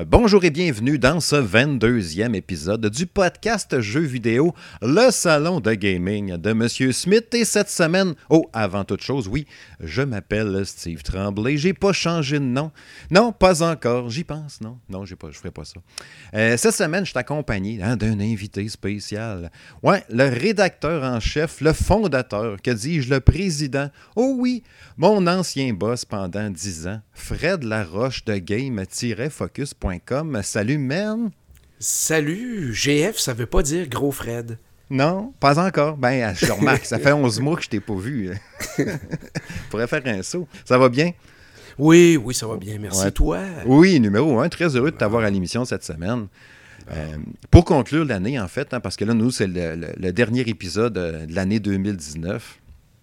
Bonjour et bienvenue dans ce 22e épisode du podcast Jeux vidéo, le salon de gaming de Monsieur Smith. Et cette semaine, avant toute chose, oui, je m'appelle Steve Tremblay. J'ai pas changé de nom. Non, pas encore. J'y pense, non. Non, je ferai pas ça. Cette semaine, je suis accompagné d'un invité spécial. Ouais, le rédacteur en chef, le fondateur, que dis-je, le président. Oh oui, mon ancien boss pendant 10 ans, Fred Laroche de Game-Focus.com. Salut, man! Salut! GF, ça veut pas dire Gros Fred. Non, pas encore. Ben, je remarque, ça fait 11 mois que je t'ai pas vu. Je pourrais faire un saut. Ça va bien? Oui, ça va bien, merci. Ouais. Toi? Oui, numéro 1. Très heureux de t'avoir à l'émission cette semaine. Pour conclure l'année, en fait, parce que là, nous, c'est le dernier épisode de l'année 2019.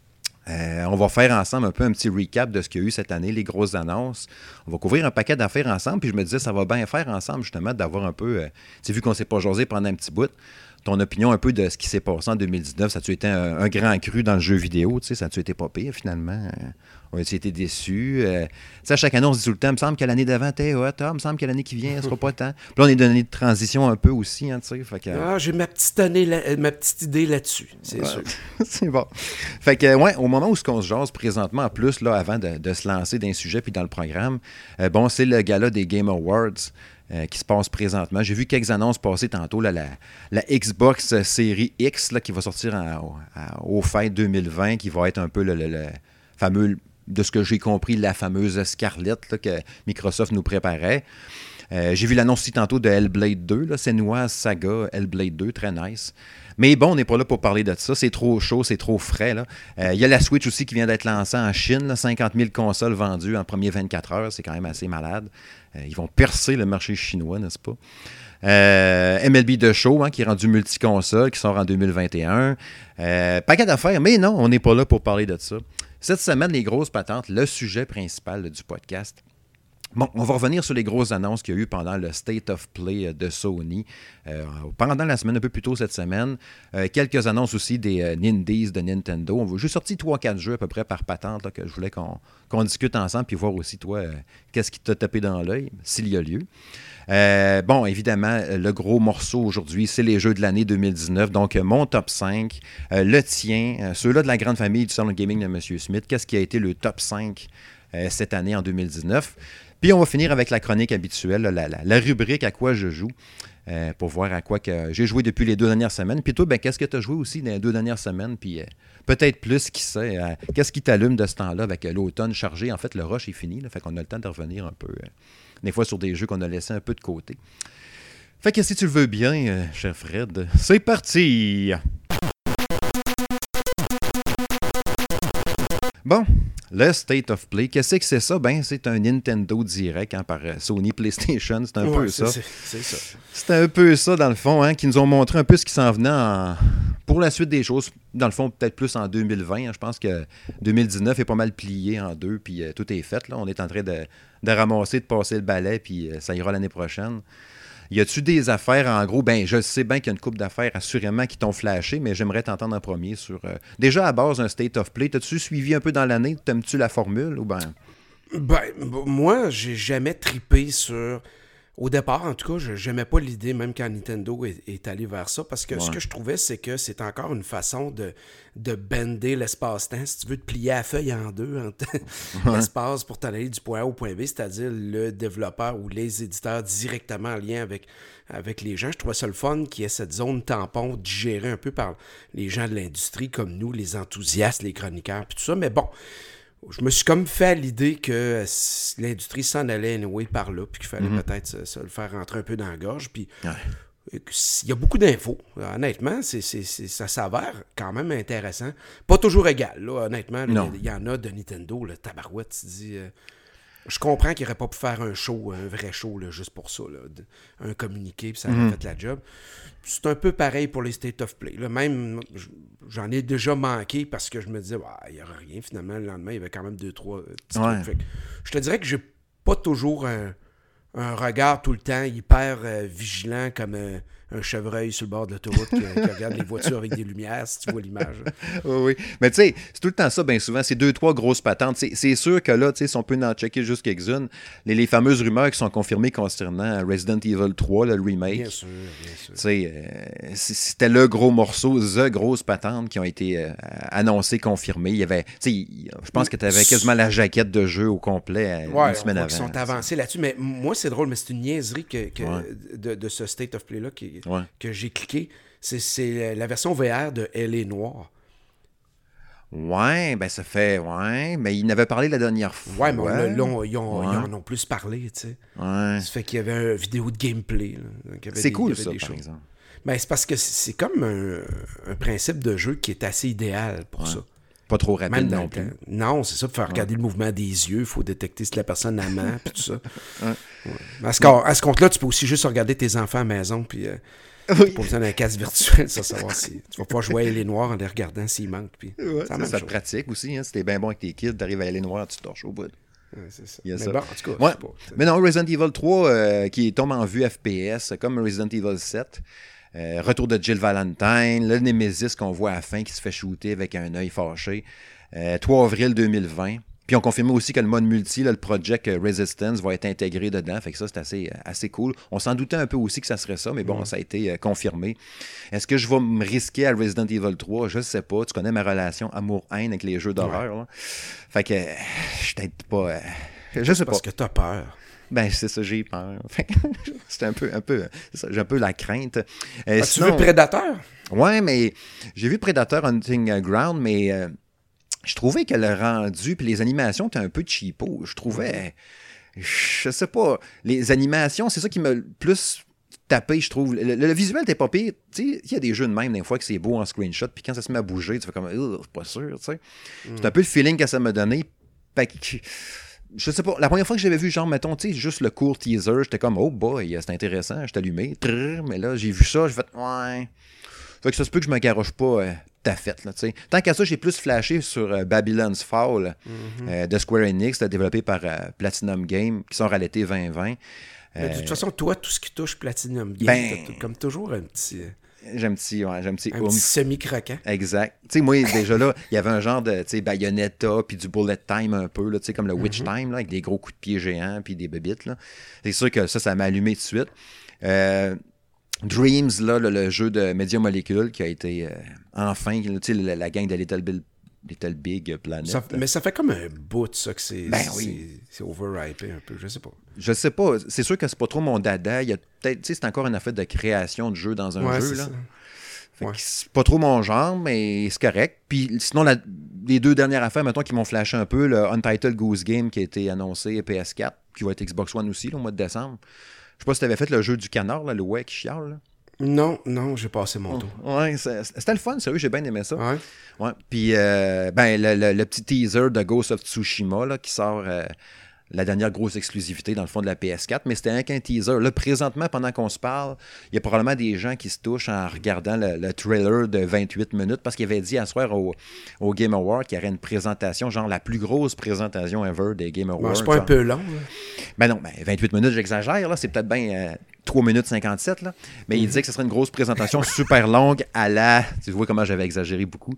On va faire ensemble un peu un petit recap de ce qu'il y a eu cette année, les grosses annonces. On va couvrir un paquet d'affaires ensemble, puis je me disais, ça va bien faire ensemble, justement, d'avoir un peu, vu qu'on ne s'est pas jasé pendant un petit bout, ton opinion un peu de ce qui s'est passé en 2019. Ça a-tu été un grand cru dans le jeu vidéo? Ça a-tu été pas pire, finalement? On a-tu été déçus? À chaque année, on se dit tout le temps, il me semble que l'année d'avant, t'es hot, il me semble que l'année qui vient, elle sera pas tant. Puis là, on est dans une année de transition un peu aussi, fait que... J'ai ma petite idée là-dessus, c'est sûr. C'est bon. Fait que, au moment où on se jase présentement, en plus, là, avant de se lancer dans un sujet puis dans le programme, c'est le gala des Game Awards qui se passe présentement. J'ai vu quelques annonces passer tantôt, là, la Xbox Series X là, qui va sortir au fêtes 2020, qui va être un peu le fameux, de ce que j'ai compris, la fameuse Scarlett là, que Microsoft nous préparait. J'ai vu l'annonce aussi tantôt de Hellblade 2, là, Senua's Saga Hellblade 2, très nice. Mais bon, on n'est pas là pour parler de ça, c'est trop chaud, c'est trop frais. Il y a la Switch aussi qui vient d'être lancée en Chine, là, 50 000 consoles vendues en premier 24 heures, c'est quand même assez malade. Ils vont percer le marché chinois, n'est-ce pas? MLB The Show, qui est rendu multi-console, qui sort en 2021. Paquet d'affaires, mais non, on n'est pas là pour parler de ça. Cette semaine, les grosses patentes, le sujet principal du podcast. Bon, on va revenir sur les grosses annonces qu'il y a eu pendant le State of Play de Sony. Pendant la semaine, un peu plus tôt cette semaine, quelques annonces aussi des Indies de Nintendo. J'ai sorti 3-4 jeux à peu près par patente là, que je voulais qu'on discute ensemble, puis voir aussi, toi, qu'est-ce qui t'a tapé dans l'œil, s'il y a lieu. Évidemment, le gros morceau aujourd'hui, c'est les jeux de l'année 2019. Donc, mon top 5, le tien, ceux-là de la grande famille du salon de gaming de M. Smith. Qu'est-ce qui a été le top 5 cette année en 2019? Puis, on va finir avec la chronique habituelle, la rubrique à quoi je joue, pour voir à quoi que j'ai joué depuis les 2 dernières semaines. Puis toi, qu'est-ce que tu as joué aussi dans les 2 dernières semaines? Puis peut-être plus, qui sait. Qu'est-ce qui t'allume de ce temps-là avec l'automne chargé? En fait, le rush est fini, là, fait qu'on a le temps de revenir un peu, des fois, sur des jeux qu'on a laissés un peu de côté. Fait que si tu le veux bien, cher Fred, c'est parti! Bon, le State of Play, qu'est-ce que c'est ça? C'est un Nintendo Direct par Sony PlayStation, c'est un peu ça. C'est ça. C'est un peu ça, dans le fond, qui nous ont montré un peu ce qui s'en venait pour la suite des choses. Dans le fond, peut-être plus en 2020. Je pense que 2019 est pas mal plié en deux, puis tout est fait. Là. On est en train de ramasser, de passer le balai, puis ça ira l'année prochaine. Y a-tu des affaires, en gros? Je sais bien qu'il y a une couple d'affaires, assurément, qui t'ont flashé, mais j'aimerais t'entendre en premier sur... déjà, à base, un State of Play, t'as-tu suivi un peu dans l'année? T'aimes-tu la formule, ou moi, j'ai jamais tripé sur... Au départ, en tout cas, j'aimais pas l'idée, même quand Nintendo est allé vers ça, parce que ce que je trouvais, c'est que c'est encore une façon de bender l'espace-temps. Si tu veux te plier la feuille en deux, l'espace pour t'en aller du point A au point B, c'est-à-dire le développeur ou les éditeurs directement en lien avec les gens. Je trouvais ça le fun qu'il y ait cette zone tampon digérée un peu par les gens de l'industrie comme nous, les enthousiastes, les chroniqueurs, puis tout ça. Mais bon, je me suis comme fait à l'idée que l'industrie s'en allait anyway par là, puis qu'il fallait peut-être se le faire rentrer un peu dans la gorge. Puis il y a beaucoup d'infos. Honnêtement, ça s'avère quand même intéressant. Pas toujours égal, là, honnêtement. Il y en a de Nintendo, le tabarouette, tu dis... je comprends qu'il n'aurait pas pu faire un vrai show, là, juste pour ça. Là, un communiqué, puis ça aurait fait la job. C'est un peu pareil pour les State of Play. Là. Même, j'en ai déjà manqué parce que je me disais, il n'y aura rien. Finalement, le lendemain, il y avait quand même 2-3 petits trucs. Fait que, je te dirais que j'ai pas toujours un regard tout le temps hyper vigilant comme un chevreuil sur le bord de l'autoroute qui regarde les voitures avec des lumières, si tu vois l'image. Oui, oui. Mais tu sais, c'est tout le temps ça, bien souvent. C'est 2-3 grosses patentes. C'est sûr que là, tu sais, si on peut en checker juste quelques-unes, les fameuses rumeurs qui sont confirmées concernant Resident Evil 3, le remake. Bien sûr, bien sûr. Tu sais, c'était le gros morceau, the grosse patente qui ont été annoncées, confirmées. Il y avait, tu sais, je pense que tu avais quasiment la jaquette de jeu au complet une semaine avant. Ils sont avancés là-dessus. Mais moi, c'est drôle, mais c'est une niaiserie de ce State of Play-là que j'ai cliqué. C'est la version VR de L.A. Noire. Ouais, ben ça fait... Ouais, mais ils en avaient parlé la dernière fois. Ouais, mais là, ils en ont plus parlé, tu sais. Ouais. Ça fait qu'il y avait une vidéo de gameplay. C'est cool, ça, par exemple. Ben, c'est parce que c'est comme un principe de jeu qui est assez idéal pour ça. Pas trop rapide non plus. Non, c'est ça. Pour faire regarder le mouvement des yeux, il faut détecter si la personne a ment, puis tout ça. À ce compte-là, tu peux aussi juste regarder tes enfants à la maison, puis pas besoin d'un casque virtuel, ça, savoir si tu vas pas jouer à les noirs en les regardant s'ils manquent. Puis ça te pratique aussi. Hein, si t'es bien bon avec tes kids, t'arrives à les noirs, tu te torches au bout. Ouais, c'est ça. Il y a mais ça. bon, en tout cas, Ouais. pas, mais non, Resident Evil 3 qui tombe en vue FPS, comme Resident Evil 7. Retour de Jill Valentine, le Nemesis qu'on voit à la fin qui se fait shooter avec un œil fâché. 3 avril 2020. Puis on confirmait aussi que le mode multi, là, le Project Resistance, va être intégré dedans. Fait que ça, c'est assez cool. On s'en doutait un peu aussi que ça serait ça, mais bon, ça a été confirmé. Est-ce que je vais me risquer à Resident Evil 3? Je sais pas. Tu connais ma relation amour-haine avec les jeux d'horreur. Là. Fait que je suis peut-être pas... je sais pas. Parce que t'as peur. Ben, c'est ça, j'ai peur. C'est un peu ça, j'ai un peu la crainte. Tu veux Predator? Ouais, mais j'ai vu Predator Hunting Ground, mais je trouvais que le rendu puis les animations étaient un peu cheapo. Je trouvais, je sais pas, les animations, c'est ça qui m'a le plus tapé, je trouve. Le visuel t'es pas pire. Tu sais, il y a des jeux de même, des fois, que c'est beau en screenshot, puis quand ça se met à bouger, tu fais comme, c'est pas sûr, tu sais. C'est un peu le feeling que ça m'a donné. Je sais pas, la première fois que j'avais vu, genre, mettons, tu sais, juste le court teaser, j'étais comme, oh boy, c'est intéressant, je t'allumais. Mais là, j'ai vu ça, j'ai fait, ouais. Fait que ça se peut que je me garoche pas ta fête, là, tu sais. Tant qu'à ça, j'ai plus flashé sur Babylon's Fall de Square Enix, développé par Platinum Games, qui sort à l'été 2020. Mais de toute façon, toi, tout ce qui touche Platinum Games, t'as comme toujours un petit... J'ai un petit petit semi-croquant. Exact. Tu sais, moi, déjà là, il y avait un genre de, tu sais, Bayonetta, puis du bullet time un peu, là, tu sais, comme le Witch Time, là, avec des gros coups de pied géants, puis des bébites, là. C'est sûr que ça m'a allumé tout de suite. Dreams, là, le jeu de Media Molecule, qui a été, enfin, tu sais, la gang de Little Big Planet. Mais ça fait comme un bout, ça, que c'est c'est overhypé un peu, je sais pas. Je sais pas. C'est sûr que c'est pas trop mon dada. Il y a peut-être, tu sais, c'est encore une affaire de création de jeu dans un jeu, là. C'est pas trop mon genre, mais c'est correct. Puis sinon, les deux dernières affaires, mettons, qui m'ont flashé un peu, le Untitled Goose Game qui a été annoncé PS4, qui va être Xbox One aussi, là, au mois de décembre. Je sais pas si t'avais fait le jeu du canard, là, le ouais qui chiale, là. Non, j'ai passé mon tour. Ouais, c'était le fun, sérieux, j'ai bien aimé ça. Ouais. Puis, le petit teaser de Ghost of Tsushima, là, qui sort... la dernière grosse exclusivité dans le fond de la PS4, mais c'était qu'un teaser. Là, présentement, pendant qu'on se parle, il y a probablement des gens qui se touchent en regardant le trailer de 28 minutes parce qu'il avait dit à soir au Game Award qu'il y aurait une présentation, genre la plus grosse présentation ever des Game Awards. C'est pas un peu long, là. Ben non, 28 minutes, j'exagère, là, c'est peut-être bien 3 minutes 57, là. Mais il disait que ce serait une grosse présentation super longue à la... Tu vois comment j'avais exagéré beaucoup.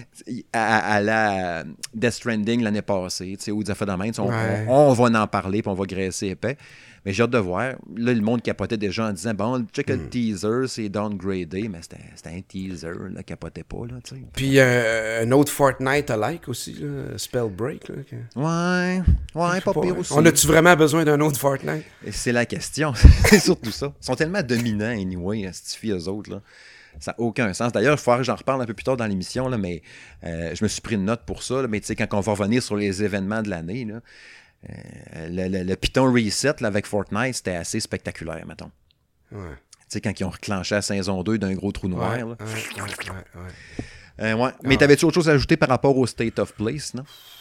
À la Death Stranding l'année passée, tu sais, où il a fait de même. On va en parler, puis on va graisser épais. Mais j'ai hâte de voir. Là, le monde capotait déjà en disant, bon, check le teaser, c'est downgradé, mais c'était un teaser, là, capotait pas, là, tu sais. Puis un autre Fortnite-alike aussi, là, Spellbreak, là. Ouais, pas pire aussi. On a-tu vraiment besoin d'un autre Fortnite? C'est la question. C'est surtout ça. Ils sont tellement dominants, anyway, si eux autres, là. Ça n'a aucun sens. D'ailleurs, il faudra que j'en reparle un peu plus tard dans l'émission, là, mais je me suis pris une note pour ça. Là, mais tu sais, quand on va revenir sur les événements de l'année, là, le Python Reset là, avec Fortnite, c'était assez spectaculaire, mettons. Ouais. Tu sais, quand ils ont reclenché la saison 2 d'un gros trou noir. Là. Ouais. Mais t'avais-tu autre chose à ajouter par rapport au State of Place, non?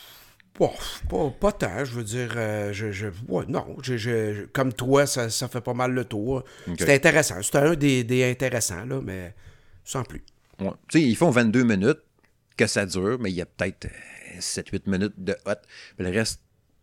Pas tant, je veux dire. Non, comme toi, ça fait pas mal le tour. Okay. C'était intéressant. C'était un des intéressants, là, mais sans plus. Ouais. Tu sais, ils font 22 minutes que ça dure, mais il y a peut-être 7-8 minutes de hot. Puis le reste,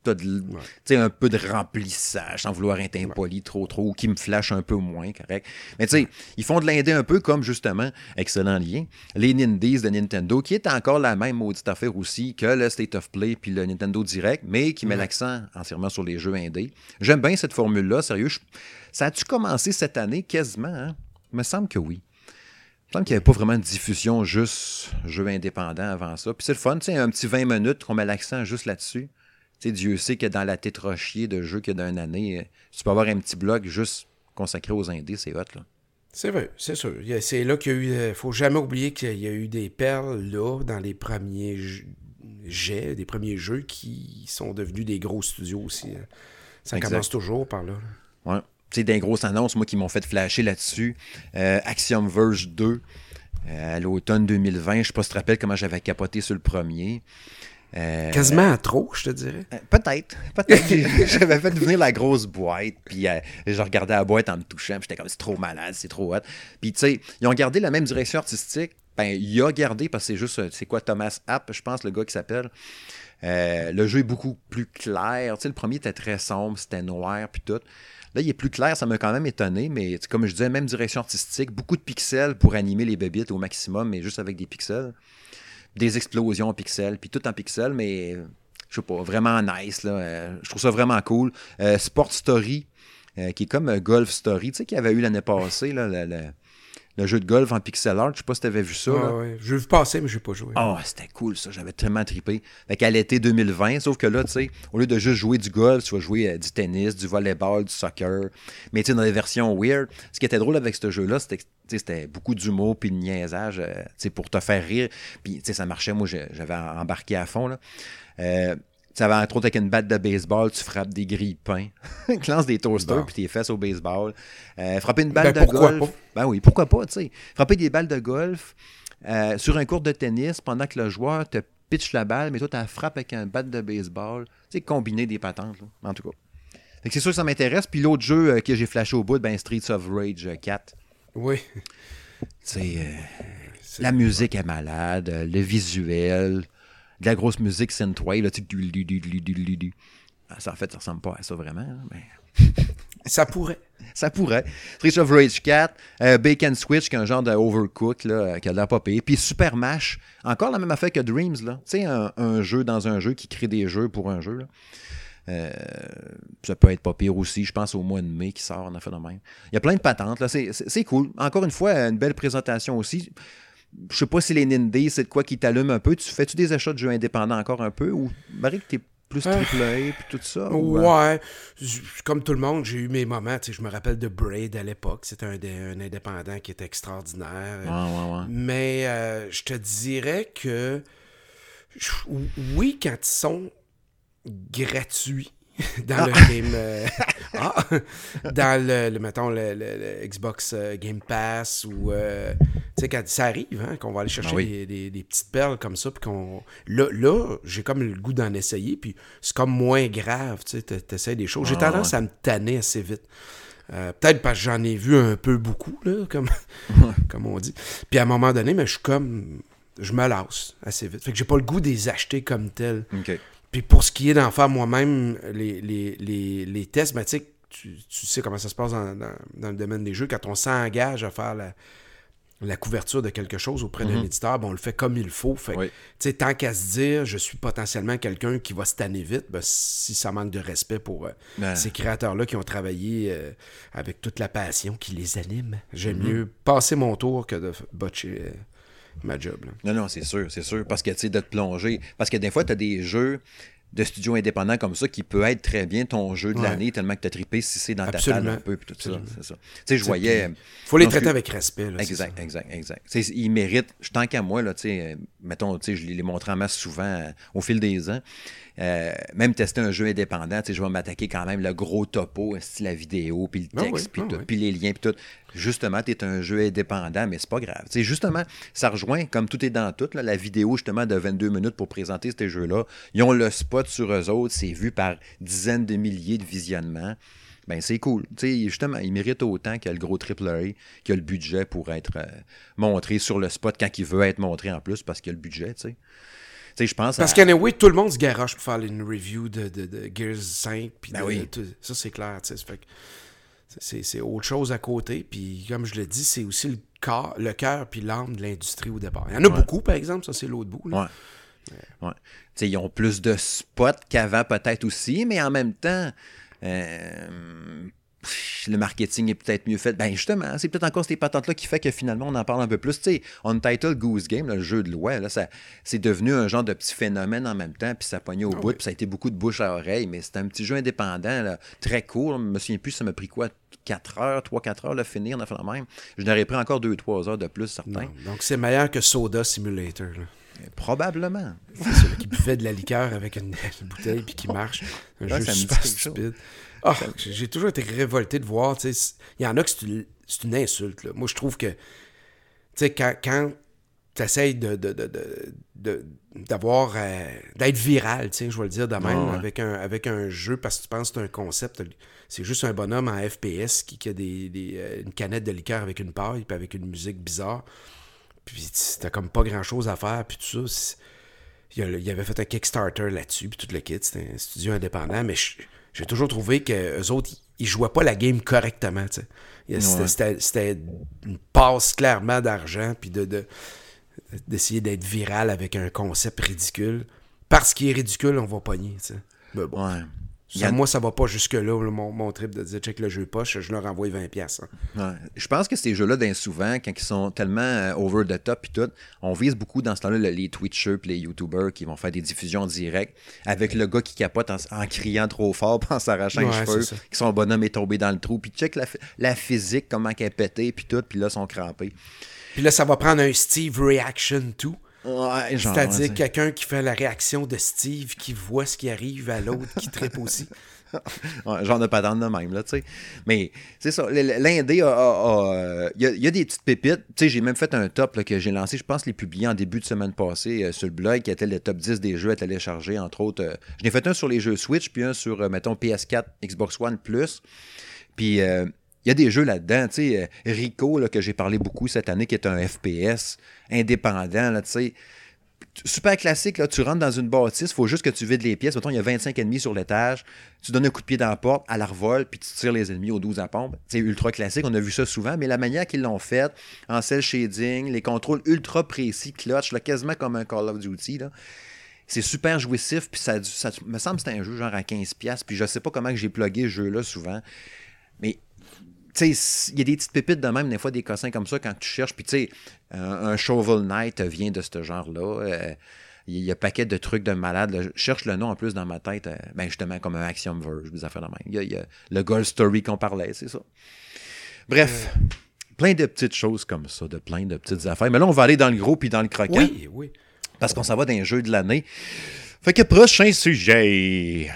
t'as un peu de remplissage, sans vouloir être impoli trop, ou qui me flash un peu moins, correct. Mais tu sais, ils font de l'indé un peu comme, justement, excellent lien, les Nindies de Nintendo, qui est encore la même maudite affaire aussi que le State of Play puis le Nintendo Direct, mais qui met l'accent entièrement sur les jeux indés. J'aime bien cette formule-là, sérieux. Ça a-tu commencé cette année, quasiment, hein? Il me semble que oui. Il me semble qu'il n'y avait pas vraiment de diffusion juste jeux indépendants avant ça. Puis c'est le fun, tu sais, un petit 20 minutes qu'on met l'accent juste là-dessus. Tu sais, Dieu sait que dans la tétrochier de jeux qu'il y a d'une année, tu peux avoir un petit bloc juste consacré aux indés, c'est hot, là. C'est vrai, c'est sûr. C'est là qu'il y a eu... faut jamais oublier qu'il y a eu des perles, là, dans les premiers des premiers jeux qui sont devenus des gros studios aussi. Ça commence toujours par là. Ouais. Tu sais, des grosses annonces, moi, qui m'ont fait flasher là-dessus. Axiom Verge 2, à l'automne 2020. Je ne sais pas si tu te rappelles comment j'avais capoté sur le premier. Quasiment à trop, je te dirais. Peut-être. J'avais fait devenir la grosse boîte, puis je regardais la boîte en me touchant, puis j'étais comme, c'est trop malade, c'est trop hot. Puis, tu sais, ils ont gardé la même direction artistique. Ben, il a gardé, parce que c'est juste, c'est quoi, Thomas App, je pense, le gars qui s'appelle. Le jeu est beaucoup plus clair. Tu sais, le premier était très sombre, c'était noir, puis tout. Là, il est plus clair, ça m'a quand même étonné, mais comme je disais, même direction artistique, beaucoup de pixels pour animer les bébites au maximum, mais juste avec des pixels. Des explosions en pixels, puis tout en pixels, mais je sais pas, vraiment nice, là. Je trouve ça vraiment cool. Sport Story, qui est comme Golf Story, tu sais, qu'il y avait eu l'année passée, là, le jeu de golf en pixel art. Je sais pas si tu avais vu ça. Là. Ouais. Je l'ai vu passer, mais je n'ai pas joué. Oh, c'était cool, ça. J'avais tellement trippé. Fait qu'à l'été 2020, sauf que là, tu sais, au lieu de juste jouer du golf, tu vas jouer du tennis, du volleyball, du soccer. Mais tu sais, dans les versions weird, ce qui était drôle avec ce jeu-là, c'était beaucoup d'humour puis de niaisage pour te faire rire. Puis ça marchait. Moi, j'avais embarqué à fond. Là. Tu avais entre autres avec une batte de baseball, tu frappes des grilles de pain, tu lances des toasters puis tes fesses au baseball. Frapper une balle de golf. Pas? Ben oui, pourquoi pas, tu sais. Frapper des balles de golf sur un court de tennis pendant que le joueur te pitche la balle, mais toi, tu la frappes avec un batte de baseball. Tu sais, combiner des patentes, là, en tout cas. Fait que c'est sûr que ça m'intéresse. Puis l'autre jeu que j'ai flashé au bout, ben Streets of Rage 4. Oui. La musique est malade, le visuel, de la grosse musique synthwave, là, tu sais, en fait, ça ressemble pas à ça vraiment, mais... Ça pourrait. Ça pourrait. Streets of Rage 4, Bacon Switch, qui est un genre de Overcooked, là, qui a l'air pas payé. Puis Super Mash, encore la même affaire que Dreams, là. Tu sais, un jeu dans un jeu qui crée des jeux pour un jeu, là. Ça peut être pas pire aussi, je pense au mois de mai qui sort, on a fait de même. Il y a plein de patentes, là. C'est cool. Encore une fois, une belle présentation aussi. Je sais pas si les Nindies, c'est de quoi qui t'allume un peu. Fais-tu des achats de jeux indépendants encore un peu? Ou Marie, que t'es plus AAA puis tout ça? Ouais. Comme tout le monde, j'ai eu mes moments. Je me rappelle de Braid à l'époque. C'était un indépendant qui était extraordinaire. Ouais. Mais je te dirais que oui, quand ils sont gratuits dans le game dans le mettons le Xbox Game Pass ou tu sais quand ça arrive qu'on va aller chercher des petites perles comme ça puis qu'on là j'ai comme le goût d'en essayer puis c'est comme moins grave, tu sais, t'essayes des choses. J'ai tendance à me tanner assez vite. Peut-être parce que j'en ai vu un peu beaucoup là comme on dit. Puis à un moment donné, mais je me lasse assez vite. Fait que j'ai pas le goût de les acheter comme tel. OK. Puis pour ce qui est d'en faire moi-même les tests, ben, tu sais comment ça se passe dans le domaine des jeux. Quand on s'engage à faire la couverture de quelque chose auprès d'un éditeur, ben, on le fait comme il faut. Fait tu sais, tant qu'à se dire, je suis potentiellement quelqu'un qui va se tanner vite, ben, si ça manque de respect pour ces créateurs-là qui ont travaillé avec toute la passion qui les anime, j'aime mieux passer mon tour que de botcher... ma job. Là. Non, c'est sûr. Parce que, tu sais, de te plonger. Parce que des fois, tu as des jeux de studios indépendants comme ça qui peut être très bien ton jeu de l'année tellement que tu as trippé si c'est dans ta table un peu. Puis tout ça. C'est ça. Tu sais, je voyais. Il faut les traiter avec respect. Là, exact. Ils méritent. Tant qu'à moi, là, tu sais, mettons, tu sais, je les montre en masse souvent au fil des ans. Même tester un jeu indépendant, je vais m'attaquer quand même le gros topo, la vidéo, puis le texte, puis les liens, puis tout. Justement, tu es un jeu indépendant, mais c'est pas grave. Justement, ça rejoint, comme tout est dans tout, là, la vidéo justement de 22 minutes pour présenter ces jeux-là. Ils ont le spot sur eux autres, c'est vu par dizaines de milliers de visionnements. Ben c'est cool. Justement, ils méritent autant que le gros AAA, qui a le budget pour être montré sur le spot quand il veut être montré en plus, parce qu'il y a le budget, tu sais. sais, je pense Parce qu'anyway, tout le monde se garoche pour faire une review de Gears 5. Puis ça, c'est clair. Ça fait que c'est autre chose à côté. Puis comme je le dis, c'est aussi le cœur puis l'âme de l'industrie au départ. Il y en a beaucoup, par exemple. Ça, c'est l'autre bout. Là. Ouais. Ils ont plus de spots qu'avant, peut-être aussi, mais en même temps, le marketing est peut-être mieux fait. Ben justement, c'est peut-être encore ces patentes-là qui fait que finalement, on en parle un peu plus. Tu sais, Untitled Goose Game, là, le jeu de loi, là, c'est devenu un genre de petit phénomène en même temps, puis ça pognait au bout, puis ça a été beaucoup de bouche à oreille, mais c'était un petit jeu indépendant, là, très court. Je me souviens plus, ça m'a pris quoi? 3-4 heures le finir, on a fait la même. Je n'aurais pris encore 2-3 heures de plus, certains. Non, donc c'est meilleur que Soda Simulator, là. Probablement. C'est celui qui buvait de la liqueur avec une bouteille puis qui marche. Un jeu super stupide. J'ai toujours été révolté de voir. Il y en a que c'est une insulte. Là. Moi, je trouve que quand tu essaies d'avoir d'être viral, je vais le dire de même, avec un jeu, parce que tu penses que c'est un concept, c'est juste un bonhomme en FPS qui a une canette de liqueur avec une paille puis avec une musique bizarre. Puis t'as comme pas grand-chose à faire, puis tout ça. Il avait fait un Kickstarter là-dessus, puis tout le kit. C'était un studio indépendant, mais j'ai toujours trouvé qu'eux autres, ils jouaient pas la game correctement, tu sais. C'était une passe clairement d'argent, puis d'essayer d'être viral avec un concept ridicule. Parce qu'il est ridicule, on va pogner, tu sais. Ben bon. Ouais. Moi, ça va pas jusque-là, mon trip de dire check le jeu poche, je leur envoie 20$. Hein. Ouais. Je pense que ces jeux-là, bien souvent, quand ils sont tellement over the top et tout, on vise beaucoup dans ce temps-là les Twitchers et les YouTubers qui vont faire des diffusions directes avec le gars qui capote en criant trop fort en s'arrachant les cheveux, qui son bonhomme est tombé dans le trou, puis check la physique, comment qu'elle est pétée, puis tout, puis là, ils sont crampés. Puis là, ça va prendre un Steve Reaction tout. Ouais, c'est-à-dire quelqu'un qui fait la réaction de Steve, qui voit ce qui arrive à l'autre, qui trippe aussi. Ouais, genre de patente de même, là, tu sais. Mais, c'est ça, l'Indé il y a des petites pépites. Tu sais, j'ai même fait un top là, que j'ai lancé, je pense, les publier en début de semaine passée sur le blog, qui était le top 10 des jeux à télécharger, entre autres. Je n'ai fait un sur les jeux Switch, puis un sur, mettons, PS4, Xbox One+. Puis, il y a des jeux là-dedans, tu sais, Rico, là, que j'ai parlé beaucoup cette année, qui est un FPS indépendant, là, tu sais. Super classique, là, tu rentres dans une bâtisse, il faut juste que tu vides les pièces. Mettons, il y a 25 ennemis sur l'étage, tu donnes un coup de pied dans la porte, à la revole, puis tu tires les ennemis aux 12 à pompe. C'est ultra classique, on a vu ça souvent, mais la manière qu'ils l'ont fait, en cel shading, les contrôles ultra précis, clutch, là, quasiment comme un Call of Duty, là. C'est super jouissif, puis ça me semble que c'était un jeu genre à 15$, puis je sais pas comment j'ai plugué ce jeu-là souvent, mais tu sais, il y a des petites pépites de même, des fois des cossins comme ça quand tu cherches. Puis tu sais, un Shovel Knight vient de ce genre-là. Il y a un paquet de trucs de malade. Là. Je cherche le nom en plus dans ma tête. Ben justement, comme un Axiom Verge, des affaires de même. Il y a le Gold Story qu'on parlait, c'est ça. Bref, plein de petites choses comme ça, de plein de petites affaires. Mais là, on va aller dans le gros puis dans le croquant. Oui. Parce qu'on s'en va dans les jeux de l'année. Fait que prochain sujet.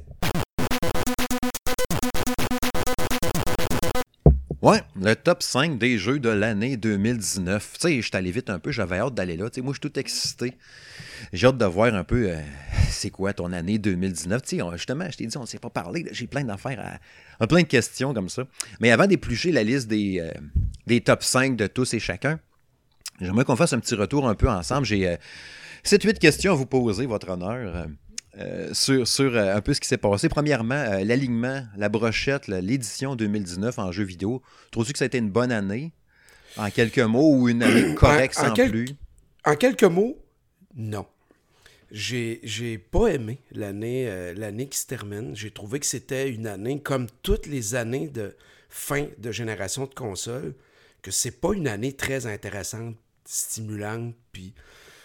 Ouais, le top 5 des jeux de l'année 2019. Tu sais, je suis allé vite un peu, j'avais hâte d'aller là. Tu sais, moi, je suis tout excité. J'ai hâte de voir un peu c'est quoi ton année 2019. Tu sais, justement, je t'ai dit, on ne s'est pas parlé. Là, j'ai plein d'affaires, plein de questions comme ça. Mais avant d'éplucher la liste des top 5 de tous et chacun, j'aimerais qu'on fasse un petit retour un peu ensemble. J'ai 7-8 questions à vous poser, votre honneur. Sur un peu ce qui s'est passé. Premièrement, l'alignement, la brochette, l'édition 2019 en jeux vidéo. Trouves-tu que ça a été une bonne année, en quelques mots, ou une année correcte sans plus? En quelques mots, non. J'ai pas aimé l'année qui se termine. J'ai trouvé que c'était une année, comme toutes les années de fin de génération de consoles, que c'est pas une année très intéressante, stimulante, puis...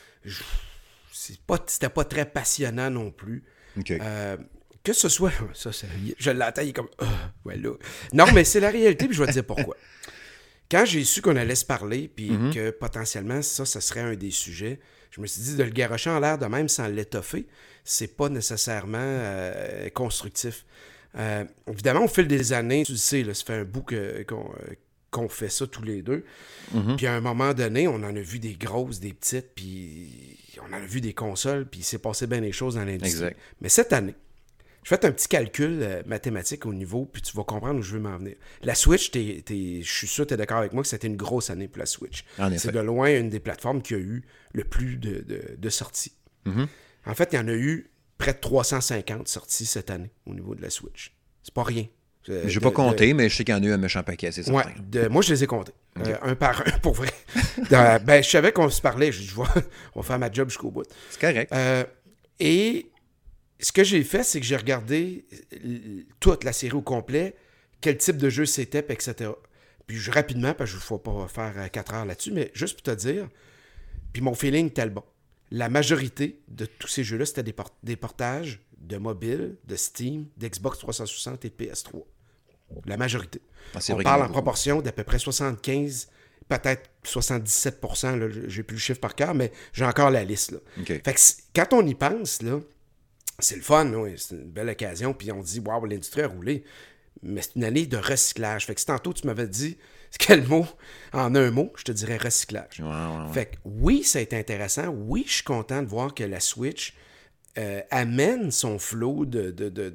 C'était pas très passionnant non plus. Okay. Que ce soit... je l'entends, il est comme... voilà. Non, mais c'est la réalité, puis je vais te dire pourquoi. Quand j'ai su qu'on allait se parler, puis que potentiellement, ça serait un des sujets, je me suis dit de le garrocher en l'air de même sans l'étoffer, c'est pas nécessairement constructif. Évidemment, au fil des années, tu le sais, là, ça fait un bout qu'on fait ça tous les deux. Puis à un moment donné, on en a vu des grosses, des petites, puis on en a vu des consoles, puis il s'est passé bien des choses dans l'industrie. Exact. Mais cette année, je fais un petit calcul mathématique au niveau, puis tu vas comprendre où je veux m'en venir. La Switch, je suis sûr que tu es d'accord avec moi que c'était une grosse année pour la Switch. En effet. C'est de loin une des plateformes qui a eu le plus de sorties. En fait, il y en a eu près de 350 sorties cette année au niveau de la Switch. C'est pas rien. Je n'ai pas compté, mais je sais qu'il y en a eu un méchant paquet, c'est certain. Moi, je les ai comptés. Okay. Un par un, pour vrai. Je savais qu'on se parlait. Je dis, on va faire ma job jusqu'au bout. C'est correct. Et ce que j'ai fait, c'est que j'ai regardé toute la série au complet, quel type de jeu c'était, etc. Puis rapidement, parce que je ne vais pas faire 4 heures là-dessus, mais juste pour te dire, puis mon feeling était le bon. La majorité de tous ces jeux-là, c'était des portages de mobile, de Steam, d'Xbox 360 et de PS3. La majorité. On parle en proportion d'à peu près 75, peut-être 77%, là, j'ai plus le chiffre par cœur, mais j'ai encore la liste. Là. Okay. Fait que quand on y pense, là, c'est le fun, là, c'est une belle occasion, puis on dit « Wow, l'industrie a roulé », mais c'est une année de recyclage. Fait que si tantôt tu m'avais dit quel mot, en un mot, je te dirais recyclage. Ouais. Fait que oui, ça a été intéressant. Oui, je suis content de voir que la Switch amène son flot de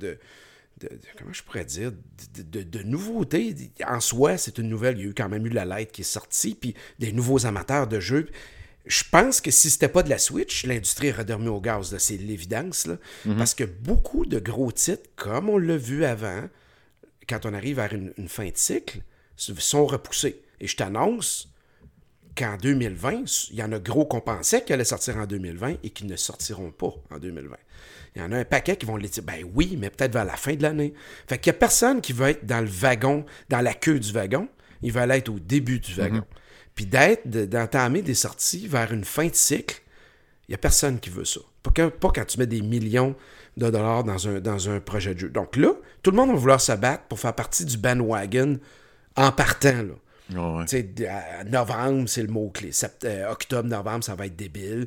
comment je pourrais dire, de nouveautés. En soi, c'est une nouvelle. Il y a eu quand même eu la Lite qui est sortie, puis des nouveaux amateurs de jeux. Je pense que si c'était pas de la Switch, l'industrie aurait dormi au gaz, là, c'est l'évidence. Là, parce que beaucoup de gros titres, comme on l'a vu avant, quand on arrive vers une fin de cycle, sont repoussés. Et je t'annonce qu'en 2020, il y en a gros qu'on pensait qu'ils allaient sortir en 2020 et qui ne sortiront pas en 2020. Il y en a un paquet qui vont les dire, ben oui, mais peut-être vers la fin de l'année. Fait qu'il n'y a personne qui veut être dans le wagon, dans la queue du wagon. Il va être au début du wagon. Puis d'entamer des sorties vers une fin de cycle, il n'y a personne qui veut ça. Pas quand tu mets des millions de dollars dans un projet de jeu. Donc là, tout le monde va vouloir se battre pour faire partie du bandwagon en partant, là. Oh, ouais. Novembre, c'est le mot-clé. Octobre, novembre, ça va être débile.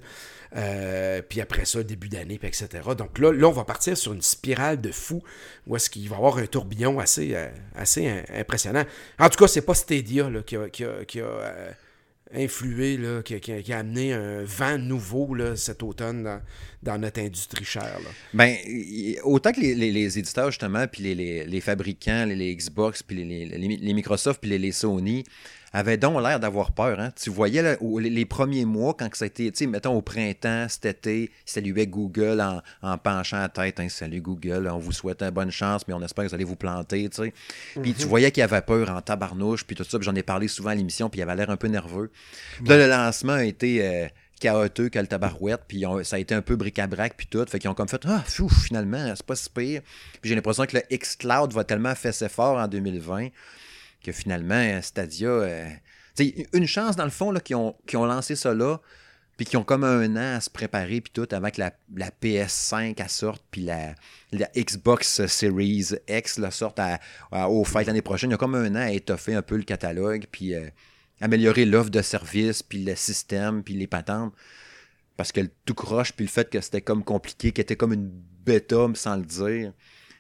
Puis après ça, début d'année, puis etc. Donc là, on va partir sur une spirale de fou où est-ce qu'il va y avoir un tourbillon assez impressionnant. En tout cas, c'est pas Stadia là, qui a influé, là, qui a amené un vent nouveau là, cet automne dans notre industrie chère. Là. Ben, autant que les éditeurs, justement, puis les fabricants, les Xbox, puis les Microsoft, puis les Sony, avaient donc l'air d'avoir peur. Hein? Tu voyais là, les premiers mois, quand ça a été, tu sais, mettons au printemps, cet été, ils saluaient Google en penchant la tête. Hein, salut Google, on vous souhaite une bonne chance, mais on espère que vous allez vous planter. Tu sais. Puis tu voyais qu'il avait peur en tabarnouche, puis tout ça. Puis j'en ai parlé souvent à l'émission, puis il avait l'air un peu nerveux. Puis là, le lancement a été chaotique que le tabarouette, puis ça a été un peu bric-à-brac, puis tout. Fait qu'ils ont comme fait, finalement, c'est pas si pire. Puis j'ai l'impression que le xCloud va tellement fesser fort en 2020 que finalement, Stadia... une chance, dans le fond, là, qui ont lancé ça là, puis qui ont comme un an à se préparer, puis tout, avant que la PS5 elle sorte, puis la Xbox Series X là, sorte au fêtes l'année prochaine. Il y a comme un an à étoffer un peu le catalogue, puis améliorer l'offre de service, puis le système, puis les patentes. Parce que le tout croche, puis le fait que c'était comme compliqué, qu'il était comme une bêta, sans le dire...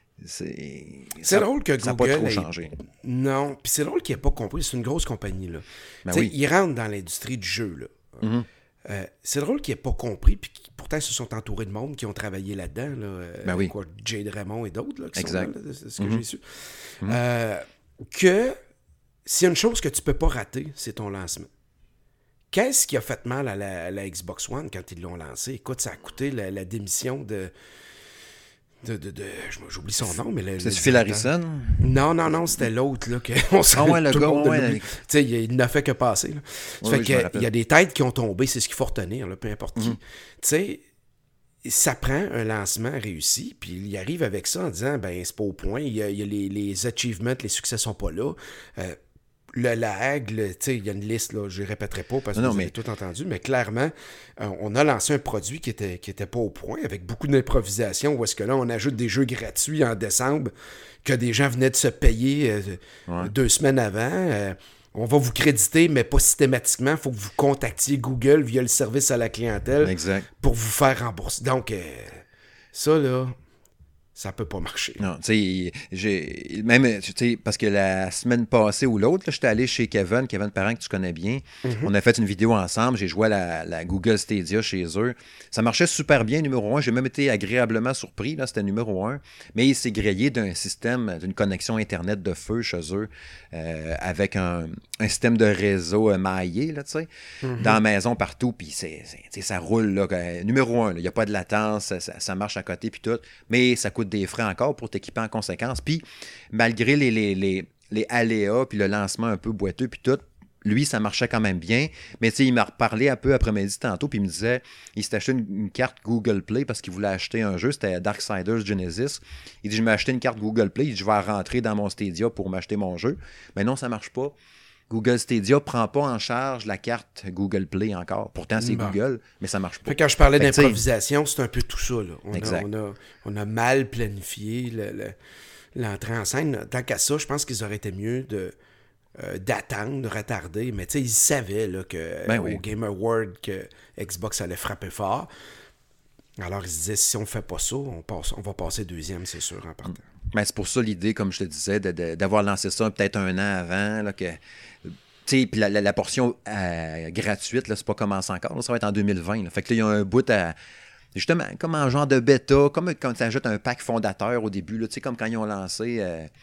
C'est drôle que Google... Ça n'a pas trop changé. Non, puis c'est drôle qu'il n'ait pas compris. C'est une grosse compagnie, là. Ben oui. Ils rentrent dans l'industrie du jeu, là. C'est drôle qu'il n'ait pas compris, puis pourtant, ils se sont entourés de monde qui ont travaillé là-dedans, là. Ben oui. Quoi, Jade Raymond et d'autres, là, qui exact. sont là, c'est ce que j'ai su. Que s'il y a une chose que tu peux pas rater, c'est ton lancement. Qu'est-ce qui a fait mal à la Xbox One quand ils l'ont lancé? Écoute, ça a coûté la démission de j'oublie son nom, mais c'est Phil Harrison? Non, c'était l'autre, là, on s'en le gars, tu sais, il n'a fait que passer, là. Ça fait qu'il y a des têtes qui ont tombé, c'est ce qu'il faut retenir, là, peu importe qui. Tu sais, ça prend un lancement réussi, puis il arrive avec ça en disant, ben, c'est pas au point, il y a les achievements, les succès sont pas là. Le lag, tu sais, il y a une liste, là, je ne répéterai pas parce que vous avez tout entendu, mais clairement, on a lancé un produit qui était pas au point, avec beaucoup d'improvisation, où est-ce que là, on ajoute des jeux gratuits en décembre que des gens venaient de se payer 2 semaines avant. On va vous créditer, mais pas systématiquement. Il faut que vous contactiez Google via le service à la clientèle exact. Pour vous faire rembourser. Donc, ça, là... ça peut pas marcher. Non, tu sais, même, tu sais, parce que la semaine passée ou l'autre, là, j'étais allé chez Kevin Parent, que tu connais bien. On a fait une vidéo ensemble. J'ai joué à la Google Stadia chez eux. Ça marchait super bien, numéro 1. J'ai même été agréablement surpris. Là, c'était numéro 1. Mais il s'est grillé d'un système, d'une connexion Internet de feu chez eux, avec un système de réseau maillé, là, tu sais, dans la maison partout. Puis ça roule, là. Numéro 1, il n'y a pas de latence, ça marche à côté, puis tout. Mais ça coûte des frais encore pour t'équiper en conséquence. Puis, malgré les aléas, puis le lancement un peu boiteux, puis tout, lui, ça marchait quand même bien. Mais tu sais, il m'a reparlé un peu après-midi tantôt, puis il me disait, il s'est acheté une carte Google Play parce qu'il voulait acheter un jeu, c'était Darksiders Genesis. Il dit, je m'ai acheté une carte Google Play, il dit, je vais rentrer dans mon Stadia pour m'acheter mon jeu. Mais non, ça marche pas. Google Stadia ne prend pas en charge la carte Google Play encore. Pourtant, c'est Google, mais ça ne marche pas. Quand je parlais d'improvisation, c'est un peu tout ça. Là. On a mal planifié l'entrée en scène. Tant qu'à ça, je pense qu'ils auraient été mieux d'attendre, de retarder. Mais ils savaient là, au Game Award que Xbox allait frapper fort. Alors, ils se disaient, si on ne fait pas ça, on va passer deuxième, c'est sûr, en partant. Ben, c'est pour ça l'idée, comme je te disais, d'avoir lancé ça peut-être un an avant, là, puis la portion gratuite, là, c'est pas commencé encore, là, ça va être en 2020. Là. Fait que là, il y a un bout à... Justement, comme en genre de bêta, comme quand tu ajoutes un pack fondateur au début, là, comme quand ils ont lancé...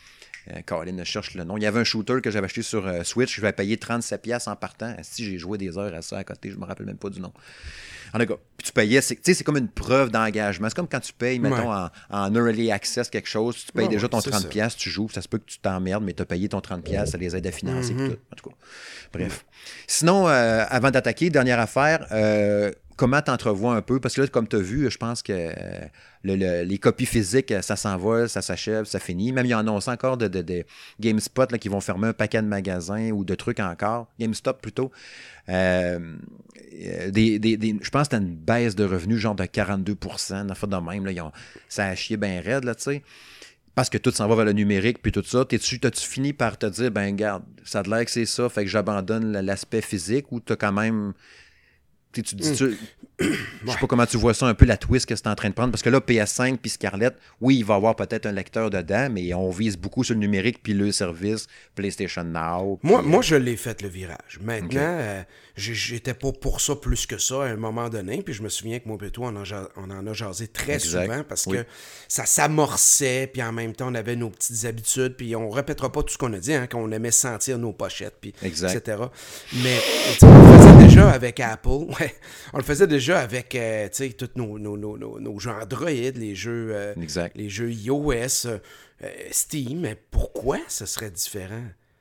Colin cherche le nom. Il y avait un shooter que j'avais acheté sur Switch, je vais payer 37$ en partant. Si j'ai joué des heures à ça à côté, je me rappelle même pas du nom. En tout cas, puis tu payais, c'est comme une preuve d'engagement. C'est comme quand tu payes, mettons, en early access quelque chose, tu payes déjà ton 30$, tu joues, ça se peut que tu t'emmerdes, mais tu as payé ton 30$, ça les aide à financer. Tout. En tout cas, bref. Sinon, avant d'attaquer, dernière affaire, comment tu entrevois un peu? Parce que là, comme tu as vu, je pense que les copies physiques, ça s'envole, ça s'achève, ça finit. Même, il y en a encore de GameSpot là, qui vont fermer un paquet de magasins ou de trucs encore. GameStop plutôt. Je pense que c'était une baisse de revenus genre de 42%, une fois de même. Là, ça a chié bien raide, là, tu sais. Parce que tout s'en va vers le numérique, puis tout ça. T'as-tu fini par te dire, ben garde, ça a l'air que c'est ça, fait que j'abandonne l'aspect physique, ou t'as quand même... Je sais pas comment tu vois ça, un peu la twist que c'est en train de prendre. Parce que là, PS5 puis Scarlett, oui, il va y avoir peut-être un lecteur dedans, mais on vise beaucoup sur le numérique puis le service PlayStation Now. Moi, je l'ai fait le virage. Maintenant, j'étais pas pour ça plus que ça à un moment donné. Puis je me souviens que moi et toi, on en a jasé très souvent parce que ça s'amorçait. Puis en même temps, on avait nos petites habitudes. Puis on répétera pas tout ce qu'on a dit, qu'on aimait sentir nos pochettes, puis etc. Mais on le faisait déjà avec Apple. On le faisait déjà avec tous nos jeux Android, les jeux iOS, Steam. Mais pourquoi ce serait différent?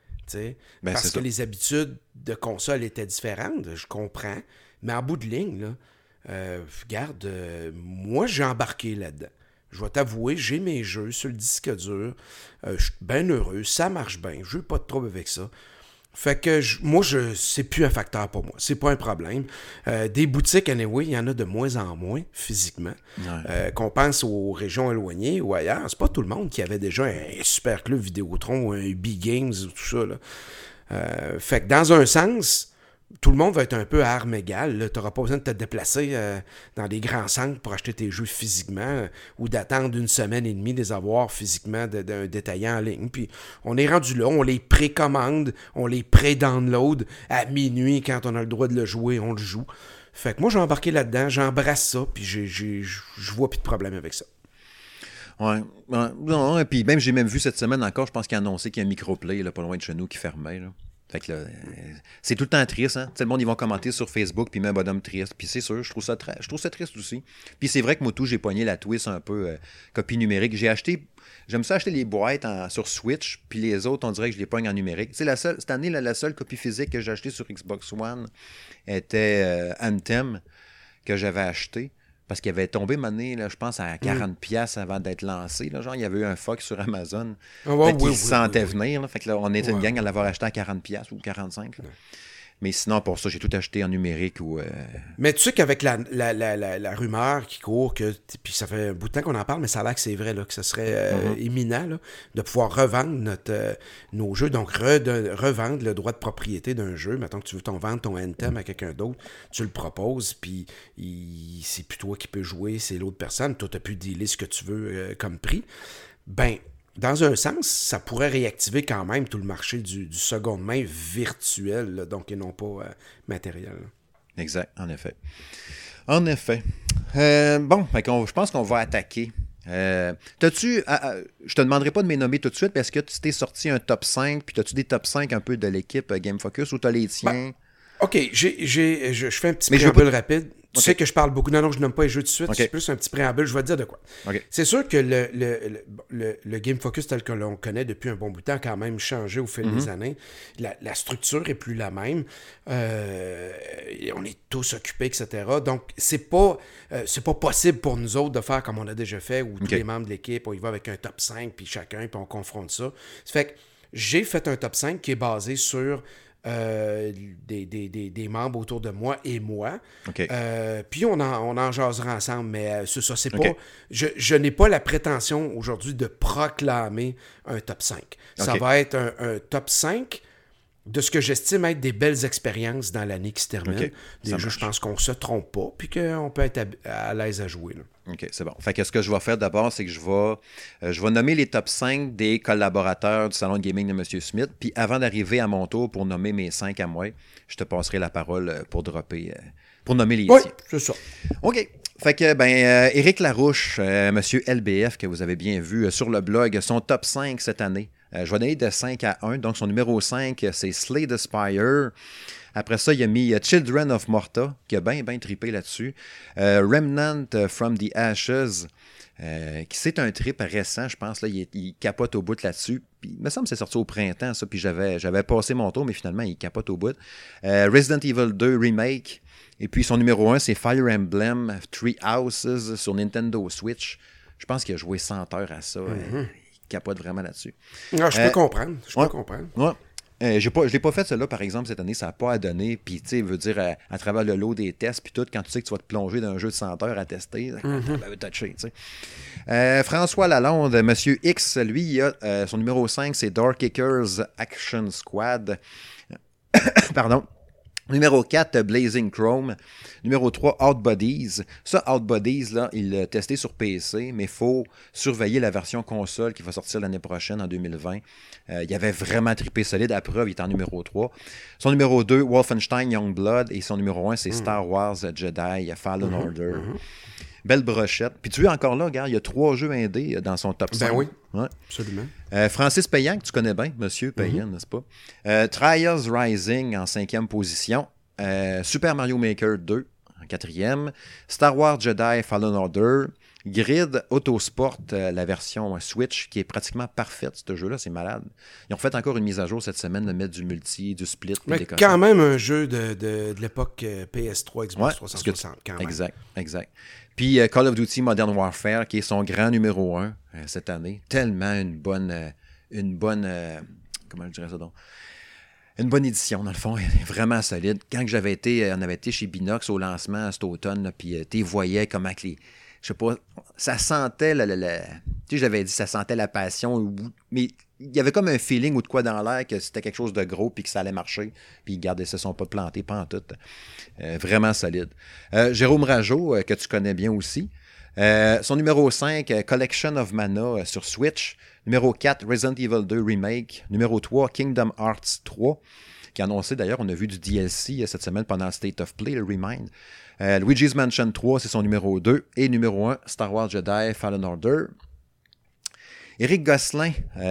Parce que les habitudes de console étaient différentes, je comprends. Mais en bout de ligne, là, regarde, moi j'ai embarqué là-dedans. Je vais t'avouer, j'ai mes jeux sur le disque dur. Je suis bien heureux, ça marche bien. Je n'ai pas de trouble avec ça. Fait que c'est plus un facteur pour moi. C'est pas un problème. Des boutiques, anyway, il y en a de moins en moins physiquement. Qu'on pense aux régions éloignées ou ailleurs. C'est pas tout le monde qui avait déjà un super club Vidéotron ou un B-Games ou tout ça. Là. Fait que dans un sens, tout le monde va être un peu à armes égales. Tu n'auras pas besoin de te déplacer dans des grands centres pour acheter tes jeux physiquement ou d'attendre une semaine et demie de les avoir physiquement d'un détaillant en ligne. Puis on est rendu là, on les précommande, on les pré-download à minuit quand on a le droit de le jouer, on le joue. Fait que moi, j'ai embarqué là-dedans, j'embrasse ça, puis je vois plus de problème avec ça. Non, et puis même j'ai vu cette semaine encore, je pense qu'il a annoncé qu'il y a un microplay là, pas loin de chez nous qui fermait. Là. Fait que là, c'est tout le temps triste, hein. Le monde, ils vont commenter sur Facebook, puis même un bonhomme triste. Puis c'est sûr, je trouve ça triste aussi. Puis c'est vrai que moi, j'ai pogné la twist un peu copie numérique. J'aime ça acheter les boîtes sur Switch, puis les autres, on dirait que je les pogne en numérique. Cette année, la seule copie physique que j'ai achetée sur Xbox One était Anthem, que j'avais acheté. Parce qu'il avait tombé, là, je pense, à 40$ avant d'être lancé. Là, genre, il y avait eu un fuck sur Amazon. Qui se sentait venir. Là, fait que là, on était une gang à l'avoir acheté à 40$ ou 45$. Mais sinon, pour ça, j'ai tout acheté en numérique ou... Mais tu sais qu'avec la rumeur qui court, puis ça fait un bout de temps qu'on en parle, mais ça a l'air que c'est vrai, là, que ce serait imminent là, de pouvoir revendre nos jeux, donc revendre le droit de propriété d'un jeu. Mettons que tu veux vendre ton Anthem à quelqu'un d'autre, tu le proposes, puis c'est plus toi qui peux jouer, c'est l'autre personne. Toi, tu as pu dealer ce que tu veux comme prix. Ben, dans un sens, ça pourrait réactiver quand même tout le marché du seconde main virtuel, là, donc et non pas matériel. Exact, en effet. En effet. Bon, je pense qu'on va attaquer. Je te demanderai pas de me nommer tout de suite parce que tu t'es sorti un top 5, puis as-tu des top 5 un peu de l'équipe Game Focus ou tu as les tiens? OK, je fais un petit préambule rapide. Tu sais que je parle beaucoup. Non, je nomme pas les jeux tout de suite. Okay. C'est plus un petit préambule. Je vais te dire de quoi. Okay. C'est sûr que le Game Focus tel que l'on connaît depuis un bon bout de temps a quand même changé au fil des années. La structure est plus la même. On est tous occupés, etc. Donc, c'est pas possible pour nous autres de faire comme on a déjà fait, où tous les membres de l'équipe, on y va avec un top 5, puis chacun, puis on confronte ça. Ça fait que j'ai fait un top 5 qui est basé sur... des membres autour de moi et moi. Okay. Puis on en jasera ensemble, mais c'est ça, c'est pas... Je n'ai pas la prétention aujourd'hui de proclamer un top 5. Ça va être un top 5 de ce que j'estime être des belles expériences dans l'année qui se termine. Des jeux, je pense qu'on se trompe pas, puis qu'on peut être à l'aise à jouer, là. OK, c'est bon. Fait que ce que je vais faire d'abord, c'est que je vais nommer les top 5 des collaborateurs du Salon de gaming de M. Smith. Puis avant d'arriver à mon tour pour nommer mes 5 à moi, je te passerai la parole pour nommer les tiens. Oui, c'est ça. OK. Fait que, Éric Larouche, M. LBF, que vous avez bien vu sur le blog, son top 5 cette année. Je vais donner de 5 à 1. Donc, son numéro 5, c'est Slay the Spire. Après ça, il a mis Children of Morta, qui a bien trippé là-dessus. Remnant from the Ashes, qui c'est un trip récent, je pense. Là, il capote au bout là-dessus. Puis, il me semble que c'est sorti au printemps, ça. Puis j'avais passé mon tour, mais finalement, il capote au bout. Resident Evil 2 Remake. Et puis, son numéro 1, c'est Fire Emblem Three Houses sur Nintendo Switch. Je pense qu'il a joué 100 heures à ça. Il capote vraiment là-dessus. Non, je peux comprendre. Je peux comprendre. Ouais. Je ne l'ai pas fait cela, par exemple, cette année, ça n'a pas à donner. Puis, tu sais, veut dire, à travers le lot des tests, puis tout, quand tu sais que tu vas te plonger dans un jeu de 100 heures à tester, ça va toucher, tu sais. François Lalonde, Monsieur X, lui, il a son numéro 5, c'est Dark Acres Action Squad. Pardon. Numéro 4, Blazing Chrome. Numéro 3, Outbodies. Ça, Outbodies, là, il l'a testé sur PC, mais il faut surveiller la version console qui va sortir l'année prochaine, en 2020. Il avait vraiment trippé solide. À preuve, il est en numéro 3. Son numéro 2, Wolfenstein Youngblood. Et son numéro 1, c'est Star Wars Jedi Fallen Order. Belle brochette. Puis tu vois, encore là, regarde, il y a 3 jeux indés dans son top 5. Ben oui, ouais. Absolument. Francis Payan, que tu connais bien, Monsieur Payan, n'est-ce pas? Trials Rising en 5e position. Super Mario Maker 2 en 4e. Star Wars Jedi Fallen Order. Grid Autosport, la version Switch, qui est pratiquement parfaite, ce jeu-là, c'est malade. Ils ont fait encore une mise à jour cette semaine de mettre du multi, du split. Mais quand même un jeu de l'époque PS3, Xbox 360. Quand même. Exact. Puis Call of Duty Modern Warfare, qui est son grand numéro 1 cette année. Tellement une bonne comment je dirais ça donc? Une bonne édition, dans le fond, elle est vraiment solide. Quand on avait été chez Binox au lancement cet automne, puis tu voyais comment que je sais pas, ça sentait tu sais, j'avais dit, ça sentait la passion, mais il y avait comme un feeling ou de quoi dans l'air que c'était quelque chose de gros puis que ça allait marcher. Puis regardez, se sont pas plantés, pas en tout. Vraiment solide. Jérôme Rageau, que tu connais bien aussi. Son numéro 5, Collection of Mana sur Switch. Numéro 4, Resident Evil 2 Remake. Numéro 3, Kingdom Hearts 3, qui a annoncé, d'ailleurs, on a vu du DLC cette semaine pendant le State of Play, le Remind. Luigi's Mansion 3, c'est son numéro 2. Et numéro 1, Star Wars Jedi Fallen Order. Éric Gosselin,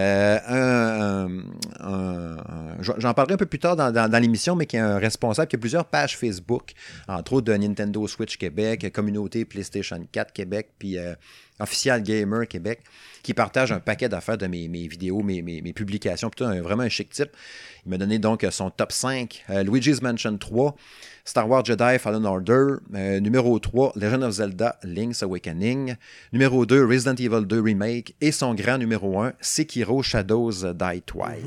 j'en parlerai un peu plus tard dans l'émission, mais qui est un responsable qui a plusieurs pages Facebook, entre autres de Nintendo Switch Québec, Communauté PlayStation 4 Québec, puis Official Gamer Québec, qui partage un paquet d'affaires de mes vidéos, mes publications, plutôt vraiment un chic type. Il m'a donné donc son top 5, Luigi's Mansion 3, Star Wars Jedi Fallen Order, numéro 3, Legend of Zelda Link's Awakening, numéro 2, Resident Evil 2 Remake, et son grand numéro 1, Sekiro Shadows Die Twice.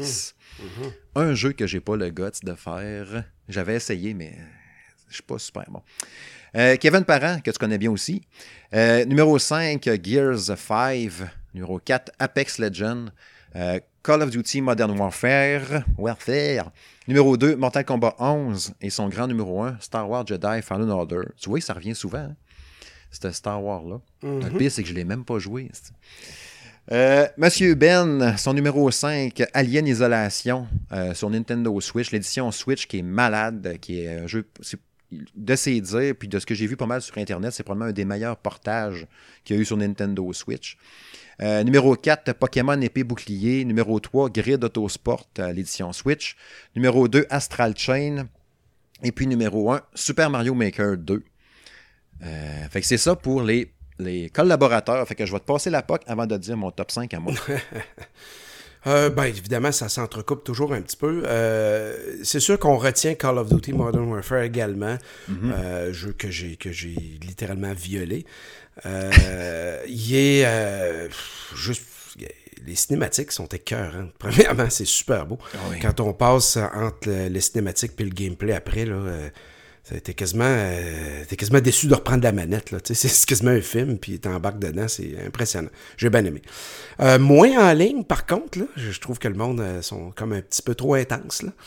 Un jeu que j'ai pas le guts de faire. J'avais essayé, mais je suis pas super bon. Kevin Parent, que tu connais bien aussi. Numéro 5, Gears 5. Numéro 4, Apex Legends. Call of Duty Modern Warfare. Numéro 2, Mortal Kombat 11. Et son grand numéro 1, Star Wars Jedi Fallen Order. Tu vois, ça revient souvent, hein? C'était Star Wars-là. Le pire, c'est que je ne l'ai même pas joué. Monsieur Ben, son numéro 5, Alien Isolation, sur Nintendo Switch. L'édition Switch qui est malade, qui est un jeu... De ses dires, puis de ce que j'ai vu pas mal sur Internet, c'est probablement un des meilleurs portages qu'il y a eu sur Nintendo Switch. Numéro 4, Pokémon Épée Bouclier. Numéro 3, Grid Autosport, l'édition Switch. Numéro 2, Astral Chain. Et puis numéro 1, Super Mario Maker 2. Fait que c'est ça pour les collaborateurs. Fait que je vais te passer la POC avant de dire mon top 5 à moi. Évidemment, ça s'entrecoupe toujours un petit peu. C'est sûr qu'on retient Call of Duty Modern Warfare également, jeu que j'ai littéralement violé. Il est juste... Les cinématiques sont écœurantes. Premièrement, c'est super beau. Oui. Quand on passe entre les cinématiques et le gameplay après, là... T'es quasiment déçu de reprendre la manette. Là. C'est quasiment un film, puis t'embarques dedans, c'est impressionnant. J'ai bien aimé. Moins en ligne, par contre, là, je trouve que le monde sont comme un petit peu trop intense. Là.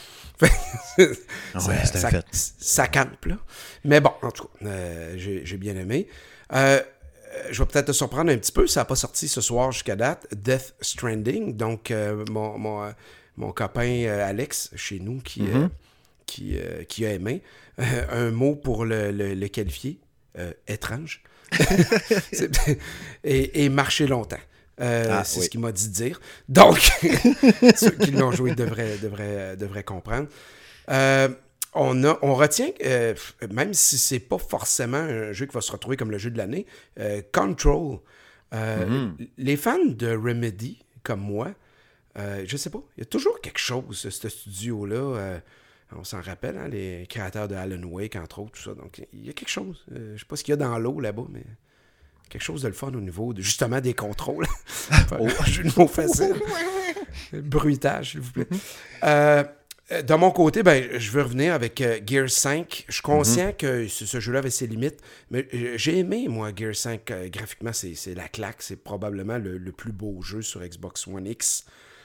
Ça campe, là. Mais bon, en tout cas, j'ai bien aimé. Je vais peut-être te surprendre un petit peu, ça n'a pas sorti ce soir jusqu'à date. Death Stranding, donc mon copain Alex, chez nous, qui a aimé. Un mot pour le qualifier, étrange. et marcher longtemps. C'est ce qu'il m'a dit de dire. Donc, ceux qui l'ont joué devraient comprendre. On retient, même si c'est pas forcément un jeu qui va se retrouver comme le jeu de l'année, Control. Les fans de Remedy, comme moi, je sais pas, il y a toujours quelque chose, ce studio-là. On s'en rappelle, hein, les créateurs de Alan Wake, entre autres, tout ça. Donc, il y a quelque chose. Je sais pas ce qu'il y a dans l'eau là-bas, mais quelque chose de le fun au niveau, justement, des contrôles. Jeu de mots facile. Bruitage, s'il vous plaît. De mon côté, je veux revenir avec Gears 5. Je suis conscient que ce jeu-là avait ses limites, mais j'ai aimé, moi, Gears 5. Graphiquement, c'est la claque. C'est probablement le plus beau jeu sur Xbox One X.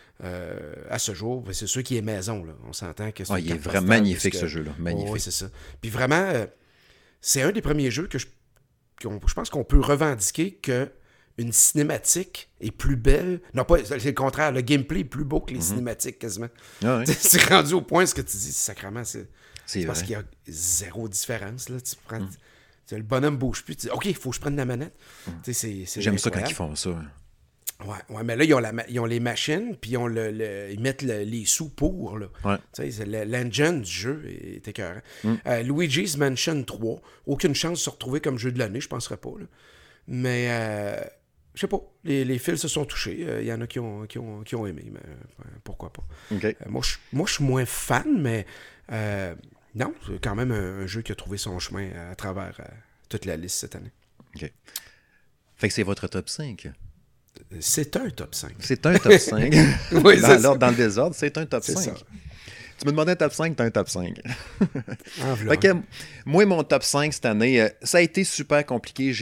À ce jour, c'est sûr qu'il est maison. Là. On s'entend que c'est il est vraiment magnifique, ce jeu-là. Magnifique. Oui, c'est ça. Puis vraiment, c'est un des premiers jeux que je pense qu'on peut revendiquer que une cinématique est plus belle. Non, pas, c'est le contraire. Le gameplay est plus beau que les cinématiques, quasiment. Ah, oui. C'est rendu au point, ce que tu dis, sacrément, c'est parce vrai. qu'il y a zéro différence. Là. Tu prends, le bonhomme bouge plus. Tu dis, OK, il faut que je prenne la manette. C'est J'aime incroyable. ça quand ils font ça. Ouais, mais là, ils ont les machines, puis ils mettent les sous pour. Là. Ouais. L'engine du jeu est écœurant. Luigi's Mansion 3, aucune chance de se retrouver comme jeu de l'année, je ne penserais pas. Là. Mais, je sais pas, les fils se sont touchés. Il y en a qui ont aimé, mais pourquoi pas. Okay. Moi, je suis moins fan, mais non, c'est quand même un jeu qui a trouvé son chemin à travers toute la liste cette année. OK. Fait que c'est votre top 5. C'est un top 5. C'est un top 5. Oui, dans le désordre, c'est un top 5. Ça. Tu me demandais un top 5, t'as un top 5. Fait que, moi, mon top 5 cette année, ça a été super compliqué.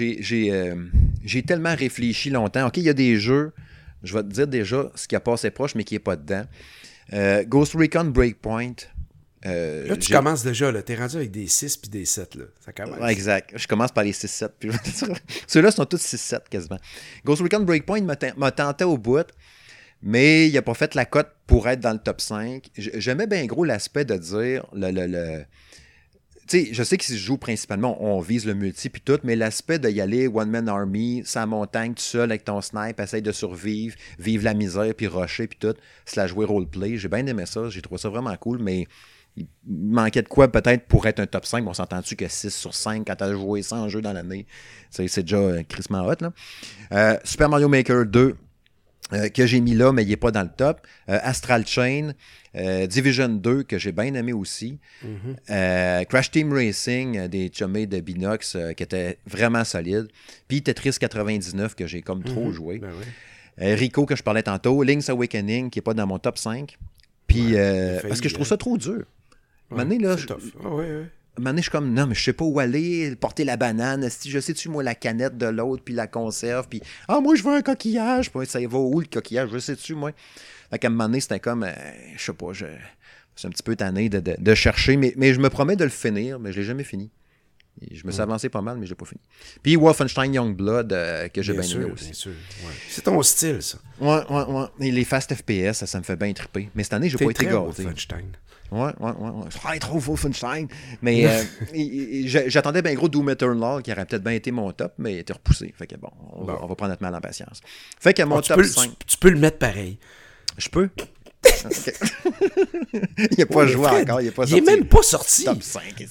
J'ai tellement réfléchi longtemps. OK, il y a des jeux, je vais te dire déjà ce qui a passé proche, mais qui n'est pas dedans. Ghost Recon Breakpoint. Là, tu commences déjà, là. T'es rendu avec des 6 puis des 7, là. Ça commence. Ouais, exact. Je commence par les 6-7. Puis ceux-là sont tous 6-7 quasiment. Ghost Recon Breakpoint m'a tenté au bout, mais il n'a pas fait la cote pour être dans le top 5. J'aimais bien gros l'aspect de dire tu sais, je sais que si je joue principalement, on vise le multi puis tout, mais l'aspect d'y aller One-Man Army, sa montagne, tout seul avec ton snipe, essaye de survivre, vivre la misère puis rusher puis tout, c'est la jouer roleplay. J'ai bien aimé ça. J'ai trouvé ça vraiment cool, mais il manquait de quoi peut-être pour être un top 5. On s'entend-tu que 6 sur 5 quand tu as joué 100 jeux dans l'année, c'est déjà crissement hot. Là. Super Mario Maker 2, que j'ai mis là, mais il n'est pas dans le top. Astral Chain, Division 2, que j'ai bien aimé aussi. Crash Team Racing, des chummés de Binox, qui était vraiment solide. Puis Tetris 99, que j'ai comme trop joué. Ben oui. Rico, que je parlais tantôt. Link's Awakening, qui n'est pas dans mon top 5. Puis, parce que je trouve ça trop dur. Ouais, là, c'est tough. Ah, ouais. un moment donné, je suis comme, non, mais je sais pas où aller, porter la banane. Je sais-tu, moi, la canette de l'autre, puis la conserve, puis, moi, je veux un coquillage. Puis, ça va où, le coquillage? Je sais-tu, moi? Fait qu'à un moment donné, c'était comme, je sais pas, c'est un petit peu tanné de chercher, mais je me promets de le finir, mais je l'ai jamais fini. Et je me suis avancé pas mal, mais je l'ai pas fini. Puis Wolfenstein Youngblood, que j'ai bien aimé aussi. Bien sûr, ouais. C'est ton style, ça. Ouais. Et les Fast FPS, ça me fait bien triper. Mais cette année, j'ai pas été gâté. Wolfenstein. Ouais. Trop Wolfenstein. Mais j'attendais bien gros Doom Eternal, qui aurait peut-être bien été mon top, mais il était repoussé. Fait que bon, on va prendre notre mal en patience. Fait que mon top 5. Tu peux le mettre pareil. Je peux? Okay. Il n'est pas joué encore, il n'est pas sorti. Il n'est même pas sorti. Top 5.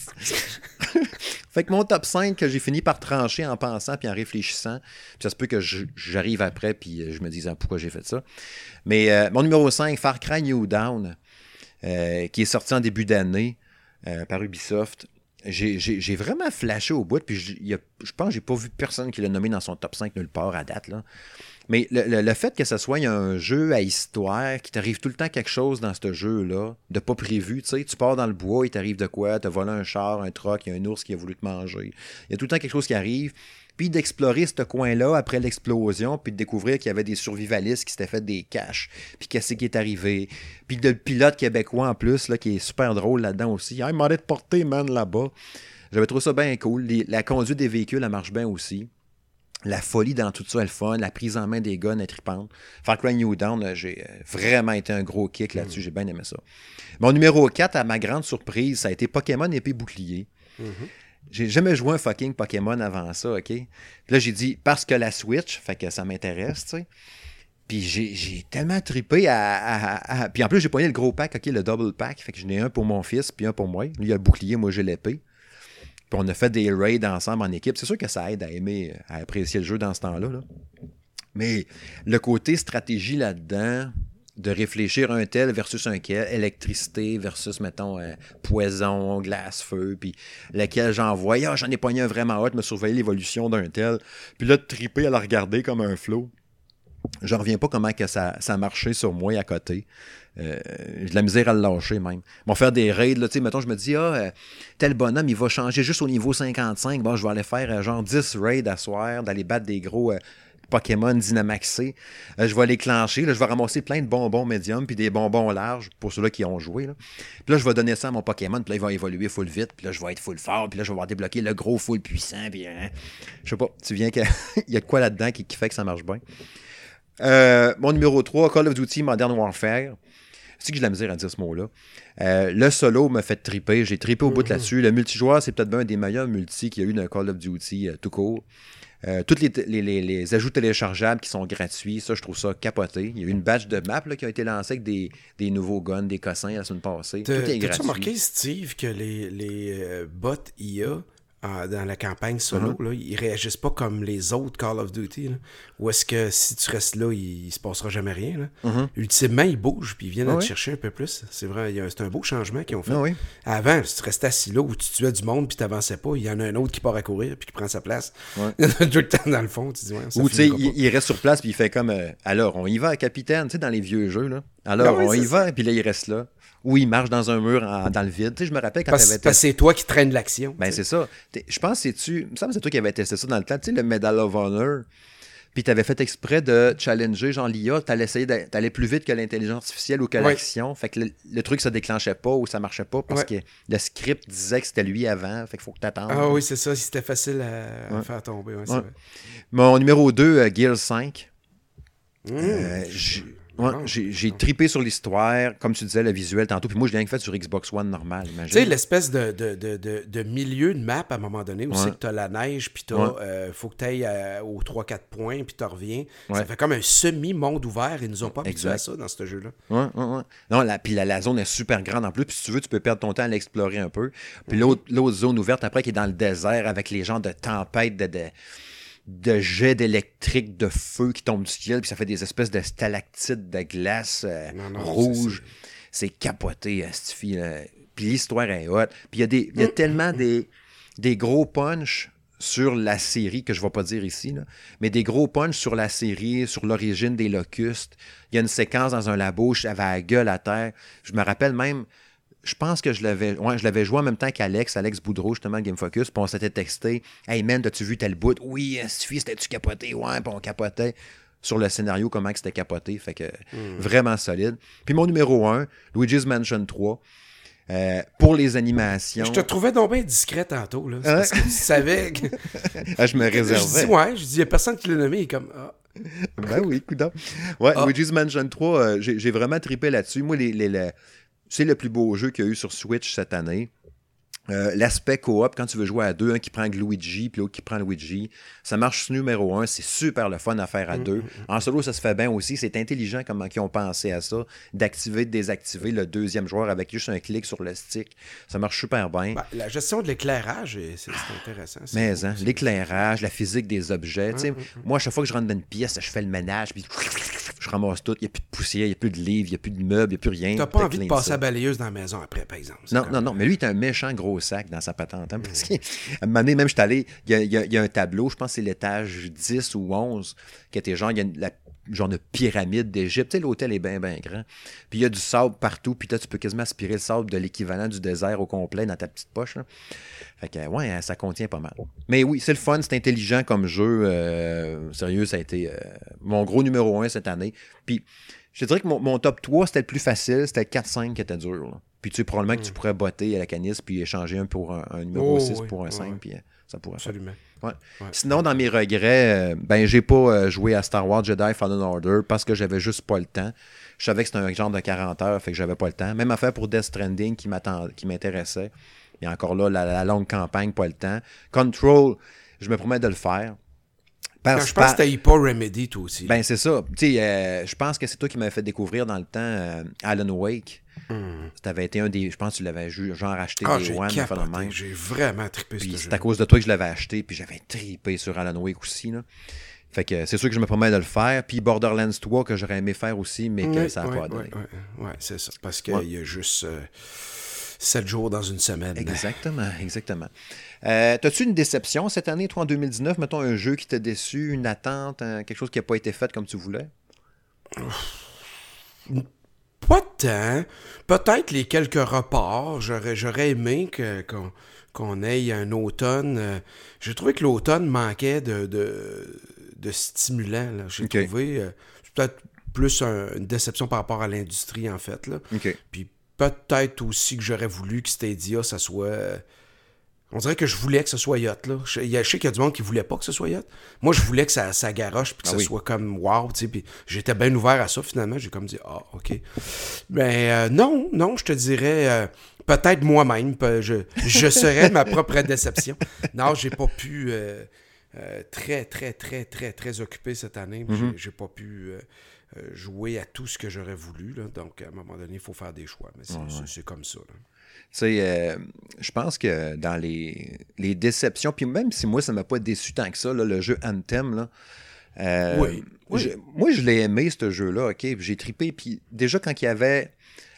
Fait que mon top 5 que j'ai fini par trancher en pensant puis en réfléchissant, puis ça se peut que j'arrive après puis je me dise pourquoi j'ai fait ça. Mais mon numéro 5, Far Cry New Dawn, qui est sorti en début d'année par Ubisoft. J'ai vraiment flashé au bout, puis je pense que j'ai pas vu personne qui l'a nommé dans son top 5 nulle part à date, là. Mais le fait que ce soit un jeu à histoire, qu'il t'arrive tout le temps quelque chose dans ce jeu-là, de pas prévu, tu sais, tu pars dans le bois, il t'arrive de quoi, t'as volé un char, un truck, il y a un ours qui a voulu te manger. Il y a tout le temps quelque chose qui arrive. Puis d'explorer ce coin-là après l'explosion, puis de découvrir qu'il y avait des survivalistes qui s'étaient fait des caches, puis qu'est-ce qui est arrivé. Puis le pilote québécois en plus, là, qui est super drôle là-dedans aussi. Il m'a de porter, man, là-bas. J'avais trouvé ça bien cool. La conduite des véhicules, elle marche bien aussi. La folie dans tout ça, elle fun. La prise en main des guns, elle tripante. Far Cry New Dawn, j'ai vraiment été un gros kick là-dessus. J'ai bien aimé ça. Mon numéro 4, à ma grande surprise, ça a été Pokémon Épée Bouclier. J'ai jamais joué un fucking Pokémon avant ça, OK? Puis là, j'ai dit, parce que la Switch, fait que ça m'intéresse, tu sais. Puis j'ai tellement trippé Puis en plus, j'ai pogné le gros pack, OK, le double pack. Fait que j'en ai un pour mon fils, puis un pour moi. Lui, il a le bouclier, moi, j'ai l'épée. Puis on a fait des raids ensemble en équipe. C'est sûr que ça aide à aimer, à apprécier le jeu dans ce temps-là, là. Mais le côté stratégie là-dedans, de réfléchir un tel versus un quel, électricité versus, mettons, poison, glace, feu, puis lequel j'envoie. J'en ai pogné un vraiment hot, me surveiller l'évolution d'un tel. Puis là, de triper à la regarder comme un flow. Je reviens pas comment que ça marchait sur moi à côté. J'ai de la misère à le lâcher même. Ils vont faire des raids, là, tu sais, mettons, je me dis, tel bonhomme, il va changer juste au niveau 55. Bon, je vais aller faire genre 10 raids à soir, d'aller battre des gros Pokémon Dynamaxés. Je vais les clencher, là, je vais ramasser plein de bonbons médiums puis des bonbons larges pour ceux-là qui ont joué. Là. Puis là, je vais donner ça à mon Pokémon, puis là, il va évoluer full vite, puis là, je vais être full fort, puis là, je vais avoir débloqué le gros full puissant, puis je sais pas, tu viens qu'il y a de quoi là-dedans qui fait que ça marche bien. Mon numéro 3, Call of Duty Modern Warfare. C'est que j'ai de la misère à dire ce mot-là. Le solo m'a fait triper. J'ai trippé au bout de là-dessus. Le multijoueur, c'est peut-être bien un des meilleurs multis qu'il y a eu dans Call of Duty tout court. Tous les ajouts téléchargeables qui sont gratuits, ça, je trouve ça capoté. Il y a eu une batch de maps là, qui a été lancée avec des nouveaux guns, des cossins la semaine passée. Tout est gratuit. T'as-tu remarqué, Steve, que les bots IA dans la campagne solo, là, ils réagissent pas comme les autres Call of Duty. Là, ou est-ce que si tu restes là, il se passera jamais rien? Là? Ultimement, ils bougent puis ils viennent te chercher un peu plus. C'est vrai, c'est un beau changement qu'ils ont fait. Avant, si tu restais assis là où tu tuais du monde puis tu n'avançais pas, il y en a un autre qui part à courir puis qui prend sa place. Il y en a tout le temps dans le fond. Tu dis, ou tu sais, il reste sur place puis il fait comme alors, on y va, capitaine, tu sais, dans les vieux jeux. Là. Alors, on y va, puis là, il reste là. Ou il marche dans un mur dans le vide. Tu sais, je me rappelle quand tu avais testé. Parce que c'est toi qui traînes l'action. Ben, c'est ça. Je pense que il me semble que c'est toi qui avais testé ça dans le temps. Tu sais, le Medal of Honor. Puis tu avais fait exprès de challenger, genre l'IA. Tu allais essayer d'aller plus vite que l'intelligence artificielle ou que l'action. Fait que le truc se déclenchait pas ou ça marchait pas parce que le script disait que c'était lui avant. Fait qu'il faut que tu attendes. Ah oui, c'est ça. C'était facile à faire tomber. Ouais, c'est vrai. Mon numéro 2, Gears 5. J'ai trippé sur l'histoire, comme tu disais, le visuel tantôt. Puis moi, je l'ai fait sur Xbox One normal, imagine. Tu sais, l'espèce de milieu de map à un moment donné où c'est que t'as la neige, puis faut que t'ailles aux 3-4 points, puis t'en reviens. Ça fait comme un semi-monde ouvert. Ils nous ont pas habitués à ça dans ce jeu-là. Non, puis la zone est super grande en plus. Puis si tu veux, tu peux perdre ton temps à l'explorer un peu. Puis l'autre zone ouverte, après, qui est dans le désert, avec les genres de tempêtes, de jets d'électrique, de feu qui tombent du ciel, puis ça fait des espèces de stalactites de glace rouge. C'est capoté, cette fille. Puis l'histoire est hot. Puis il y a tellement des gros punchs sur la série, que je ne vais pas dire ici, là, mais des gros punchs sur la série, sur l'origine des locustes. Il y a une séquence dans un labo, j'avais la gueule à terre. Je me rappelle même, je pense que je l'avais joué en même temps qu'Alex Boudreau, justement, de Game Focus, puis on s'était texté « Hey man, as-tu vu tel bout? » Oui, c'était-tu capoté? Ouais, puis on capotait sur le scénario, comment que c'était capoté. Fait que vraiment solide. Puis mon numéro 1, Luigi's Mansion 3. Pour les animations. Je te trouvais donc bien discret tantôt, là. C'est parce que tu savais que... je me réservais. Je dis, il n'y a personne qui l'a nommé, il est comme... Ah. Ben oui, coudonc. Ouais, Luigi's Mansion 3, j'ai vraiment trippé là-dessus. Moi, c'est le plus beau jeu qu'il y a eu sur Switch cette année. L'aspect coop, quand tu veux jouer à deux, un qui prend Luigi puis l'autre qui prend Luigi, ça marche sur numéro 1, c'est super le fun à faire à deux. En solo, ça se fait bien aussi, c'est intelligent comment ils ont pensé à ça, d'activer, de désactiver le deuxième joueur avec juste un clic sur le stick. Ça marche super bien. Ben, la gestion de l'éclairage, c'est intéressant. Mais l'éclairage, la physique des objets. Moi, à chaque fois que je rentre dans une pièce, je fais le ménage, puis je ramasse tout. Il n'y a plus de poussière, il n'y a plus de livres, il n'y a plus de meubles, il n'y a plus rien. Tu n'as pas envie de passer à balayeuse dans la maison après, par exemple. Non, mais lui, il est un méchant gros sac dans sa patente. Hein, parce qu'à un moment donné, même, je suis allé, il y a un tableau, je pense que c'est l'étage 10 ou 11, qui était genre, il y a genre de pyramide d'Égypte. Tu sais, l'hôtel est bien, bien grand. Puis il y a du sable partout, puis là, tu peux quasiment aspirer le sable de l'équivalent du désert au complet dans ta petite poche. Là. Fait que, ouais, ça contient pas mal. Mais oui, c'est le fun, c'est intelligent comme jeu. Sérieux, ça a été mon gros numéro 1 cette année. Puis, je te dirais que mon top 3, c'était le plus facile. C'était le 4-5 qui était dur, là. Puis tu sais, probablement que tu pourrais botter à la canisse puis échanger un pour un numéro 6 pour un 5, puis ça pourrait Absolument. Ouais. Sinon, dans mes regrets, j'ai pas joué à Star Wars Jedi Fallen Order parce que j'avais juste pas le temps. Je savais que c'était un genre de 40 heures, fait que j'avais pas le temps. Même affaire pour Death Stranding qui m'intéressait. Et encore là, la longue campagne, pas le temps. Control, je me promets de le faire. Je pense que t'as eu pas Remedy, toi aussi. Ben, c'est ça. Tu sais, je pense que c'est toi qui m'avais fait découvrir dans le temps Alan Wake. Ça avait été un des... Je pense que tu l'avais genre acheté des One. J'ai vraiment trippé ce jeu. C'est à cause de toi que je l'avais acheté, puis j'avais trippé sur Alan Wake aussi, là. Fait que c'est sûr que je me promets de le faire. Puis Borderlands 3, que j'aurais aimé faire aussi, mais que ça n'a pas donné. Ouais, c'est ça. Parce qu'il y a juste 7 jours dans une semaine. Exactement. T'as-tu une déception cette année, toi, en 2019? Mettons un jeu qui t'a déçu, une attente, quelque chose qui n'a pas été fait comme tu voulais? Pas tant. Peut-être les quelques reports. J'aurais aimé qu'on ait un automne. J'ai trouvé que l'automne manquait de stimulant. Là. J'ai trouvé c'est peut-être plus une déception par rapport à l'industrie, en fait. Là. Puis peut-être aussi que j'aurais voulu que Stadia, ça soit... on dirait que je voulais que ce soit yacht, là. Je sais qu'il y a du monde qui voulait pas que ce soit yacht. Moi, je voulais que ça garoche puis que ça soit comme wow, tu sais. Puis j'étais bien ouvert à ça, finalement. J'ai comme dit, OK. Mais non, je te dirais... peut-être moi-même, je serais ma propre déception. Non, j'ai pas pu... très, très, très, très, très occupé cette année. J'ai pas pu jouer à tout ce que j'aurais voulu. Là. Donc, à un moment donné, il faut faire des choix. Mais c'est comme ça. Tu sais, je pense que dans les déceptions, puis même si moi, ça ne m'a pas déçu tant que ça, là, le jeu Anthem, là, moi, je l'ai aimé, ce jeu-là, OK? J'ai trippé. Puis déjà, quand il y avait...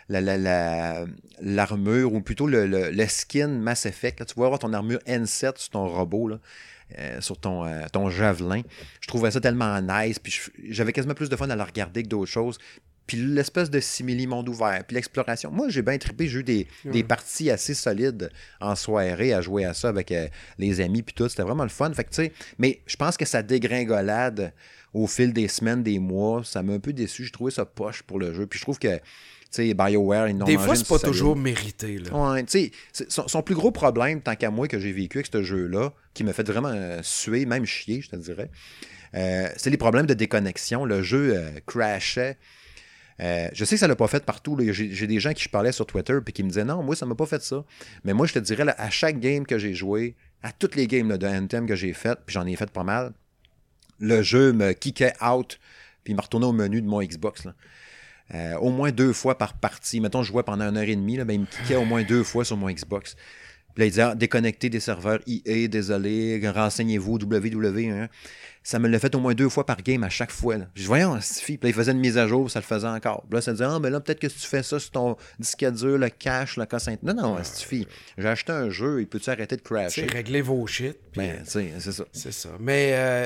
l'armure, ou plutôt le skin Mass Effect. Là, tu vas avoir ton armure N7 sur ton robot, là, sur ton javelin. Je trouvais ça tellement nice, puis j'avais quasiment plus de fun à le regarder que d'autres choses. Puis l'espèce de simili-monde ouvert, puis l'exploration. Moi, j'ai bien trippé, j'ai eu des parties assez solides en soirée à jouer à ça avec les amis, puis tout. C'était vraiment le fun. Fait que, tu sais, mais je pense que ça dégringolade au fil des semaines, des mois. Ça m'a un peu déçu. J'ai trouvé ça poche pour le jeu. Puis je trouve que BioWare, ils n'ont des fois, c'est pas toujours mérité. Là. Ouais, tu sais, son plus gros problème, tant qu'à moi, que j'ai vécu avec ce jeu-là, qui m'a fait vraiment suer, même chier, je te dirais, c'est les problèmes de déconnexion. Le jeu crashait. Je sais que ça l'a pas fait partout. Là. J'ai des gens qui je parlais sur Twitter et qui me disaient non, moi, ça m'a pas fait ça. Mais moi, je te dirais, là, à chaque game que j'ai joué, à toutes les games là, de Anthem que j'ai faites, puis j'en ai fait pas mal, le jeu me kickait out, puis il me retournait au menu de mon Xbox, là. Au moins 2 fois par partie. Mettons, je jouais pendant 1h30, là, ben, il me kickait au moins 2 fois sur mon Xbox. Puis là, il disait, déconnectez des serveurs EA, désolé, renseignez-vous, WWE. Hein. Ça me l'a fait au moins 2 fois par game à chaque fois. Là. Je dis, voyons, Stifi. Puis là, il faisait une mise à jour, ça le faisait encore. Puis là, ça disait, mais là, peut-être que si tu fais ça sur ton disque dur, le cache, le casse. Non, Stifi. J'ai acheté un jeu, il peut-tu arrêter de crasher? Réglez vos shit. Ben, tu sais, c'est ça. C'est ça. Mais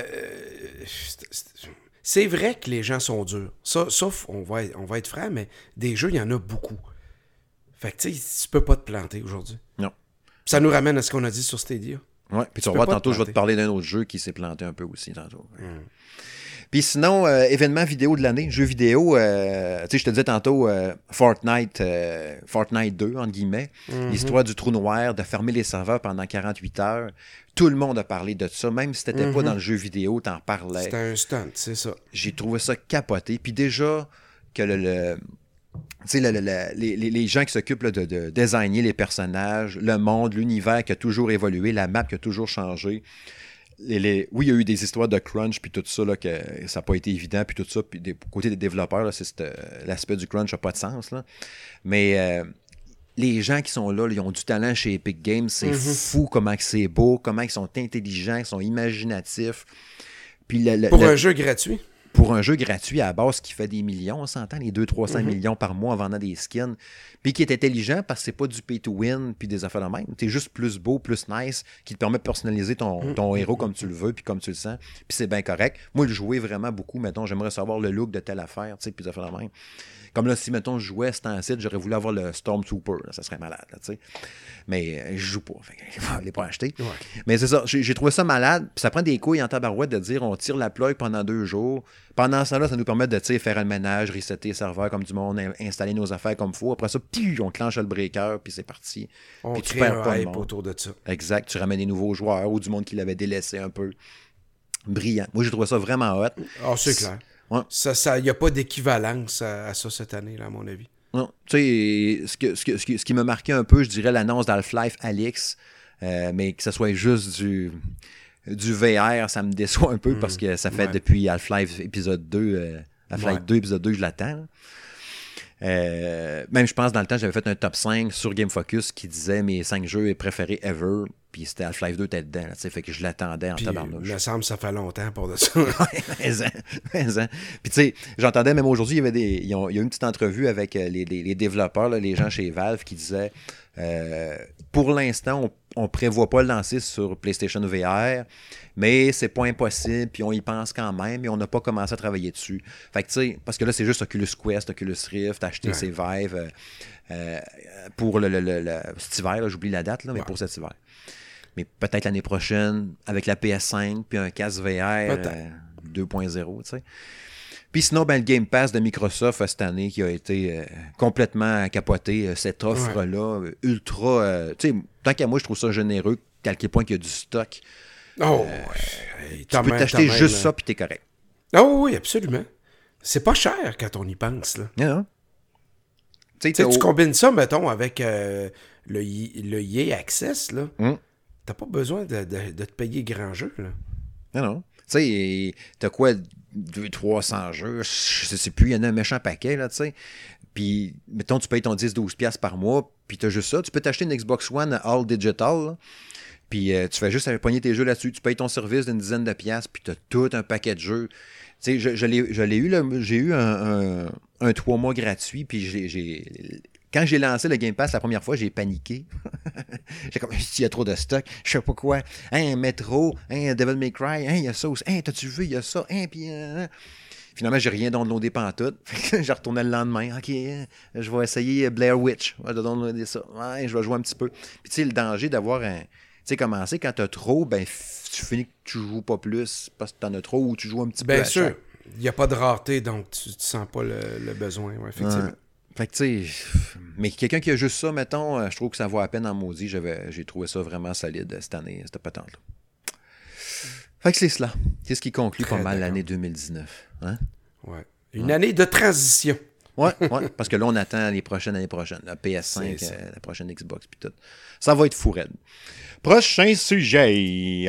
c'est vrai que les gens sont durs. Ça, sauf, on va être franc, mais des jeux, il y en a beaucoup. Fait que, tu sais, tu peux pas te planter aujourd'hui. Non. Ça nous ramène à ce qu'on a dit sur Stadia. Ouais, puis tu vas voir, tantôt, je vais te parler d'un autre jeu qui s'est planté un peu aussi, tantôt. Puis sinon, événement vidéo de l'année, jeux vidéo, tu sais, je te disais tantôt, Fortnite 2, entre guillemets, l'histoire du trou noir, de fermer les serveurs pendant 48 heures. Tout le monde a parlé de ça, même si t'étais pas dans le jeu vidéo, t'en parlais. C'était un stunt, c'est ça. J'ai trouvé ça capoté. Puis déjà, que tu sais, les gens qui s'occupent là, de designer les personnages, le monde, l'univers qui a toujours évolué, la map qui a toujours changé. Oui, il y a eu des histoires de crunch, puis tout ça, là, que ça n'a pas été évident, puis tout ça. Puis côté des développeurs, là, l'aspect du crunch n'a pas de sens. Là. Mais les gens qui sont là, ils ont du talent chez Epic Games. C'est fou comment c'est beau, comment ils sont intelligents, ils sont imaginatifs. Puis pour un jeu gratuit. Pour un jeu gratuit à la base qui fait des millions, on s'entend, les 200-300 millions par mois en vendant des skins, puis qui est intelligent parce que c'est pas du pay-to-win puis des affaires de même. T'es juste plus beau, plus nice, qui te permet de personnaliser ton héros comme tu le veux puis comme tu le sens, puis c'est bien correct. Moi, le jouer vraiment beaucoup, mettons, j'aimerais savoir le look de telle affaire, tu sais, puis des affaires de même. Comme là, si, mettons, je jouais à cet site, j'aurais voulu avoir le Stormtrooper, là, ça serait malade, tu sais. Mais je joue pas, je l'ai pas acheté. Ouais. Mais c'est ça, j'ai trouvé ça malade, puis ça prend des couilles en tabarouette de dire on tire la plug pendant 2 jours. Pendant ce temps-là, ça nous permet de faire un ménage, resetter les serveurs comme du monde, installer nos affaires comme il faut. Après ça, on clenche le breaker, puis c'est parti. On puis crée un hype autour de ça. Exact, tu ramènes des nouveaux joueurs ou du monde qui l'avait délaissé un peu. Brillant. Moi, j'ai trouvé ça vraiment hot. Ah, c'est clair. Ouais. Il n'y a pas d'équivalence à ça cette année, là, à mon avis. Non, tu sais, ce qui m'a marqué un peu, je dirais l'annonce d'Half-Life Alyx, mais que ce soit juste du VR, ça me déçoit un peu parce que ça fait depuis Half-Life épisode 2, Half-Life 2, épisode 2, je l'attends. Même, je pense, dans le temps, j'avais fait un top 5 sur Game Focus qui disait mes 5 jeux préférés ever. Puis c'était Half-Life 2 était dedans. Là, fait que je l'attendais en tabarnouche. Il me semble que ça fait longtemps pour de ça. mais puis tu sais, j'entendais même aujourd'hui, il y a eu une petite entrevue avec les développeurs, là, les gens chez Valve qui disaient pour l'instant, on ne prévoit pas le lancer sur PlayStation VR, mais c'est pas impossible, puis on y pense quand même, mais on n'a pas commencé à travailler dessus. Fait que tu sais, parce que là, c'est juste Oculus Quest, Oculus Rift, acheter ses Vive pour cet hiver, là, j'oublie la date, là, mais pour cet hiver. Mais peut-être l'année prochaine, avec la PS5, puis un casque VR 2.0, tu sais. Puis sinon, ben, le Game Pass de Microsoft cette année qui a été complètement capoté, cette offre-là, ultra... tu sais, tant qu'à moi, je trouve ça généreux, à quel point qu'il y a du stock. Tu peux t'acheter juste ça, puis t'es correct. Oh oui, absolument. C'est pas cher quand on y pense, là. Yeah. Tu combines ça, mettons, avec le EA Access, là. T'as pas besoin de te payer grand jeu, là. Non. Tu sais, t'as quoi, 200-300 jeux, je sais plus, il y en a un méchant paquet, là, tu sais. Puis, mettons, tu payes ton 10-12$ par mois, puis t'as juste ça. Tu peux t'acheter une Xbox One All Digital, là, puis tu fais juste pogner tes jeux là-dessus. Tu payes ton service d'une dizaine de piastres, puis t'as tout un paquet de jeux. Tu sais, je l'ai eu, là, j'ai eu un 3 mois gratuit, puis quand j'ai lancé le Game Pass la première fois, j'ai paniqué. J'ai comme, il y a trop de stock, je sais pas quoi. Metro, Devil May Cry, il y a ça aussi. T'as-tu vu, il y a ça, puis... Finalement, j'ai rien downloadé pantoute. J'ai retourné le lendemain. OK, je vais essayer Blair Witch. Je vais downloader ça. Ouais, je vais jouer un petit peu. Puis tu sais, le danger d'avoir un... Tu sais, commencer, quand t'as trop, ben, tu finis que tu joues pas plus parce que t'en as trop ou tu joues un petit peu. Bien sûr. Il n'y a pas de rareté, donc tu sens pas le besoin, effectivement. Fait que tu sais, mais quelqu'un qui a juste ça, mettons, je trouve que ça vaut à peine en maudit. J'ai trouvé ça vraiment solide cette année, cette patente-là. Fait que c'est cela. C'est ce qui conclut pas mal l'année 2019. Hein? Ouais. Une année de transition. Ouais, parce que là, on attend les prochaines années prochaines. La PS5, la prochaine Xbox, puis tout. Ça va être fou raide. Prochain sujet.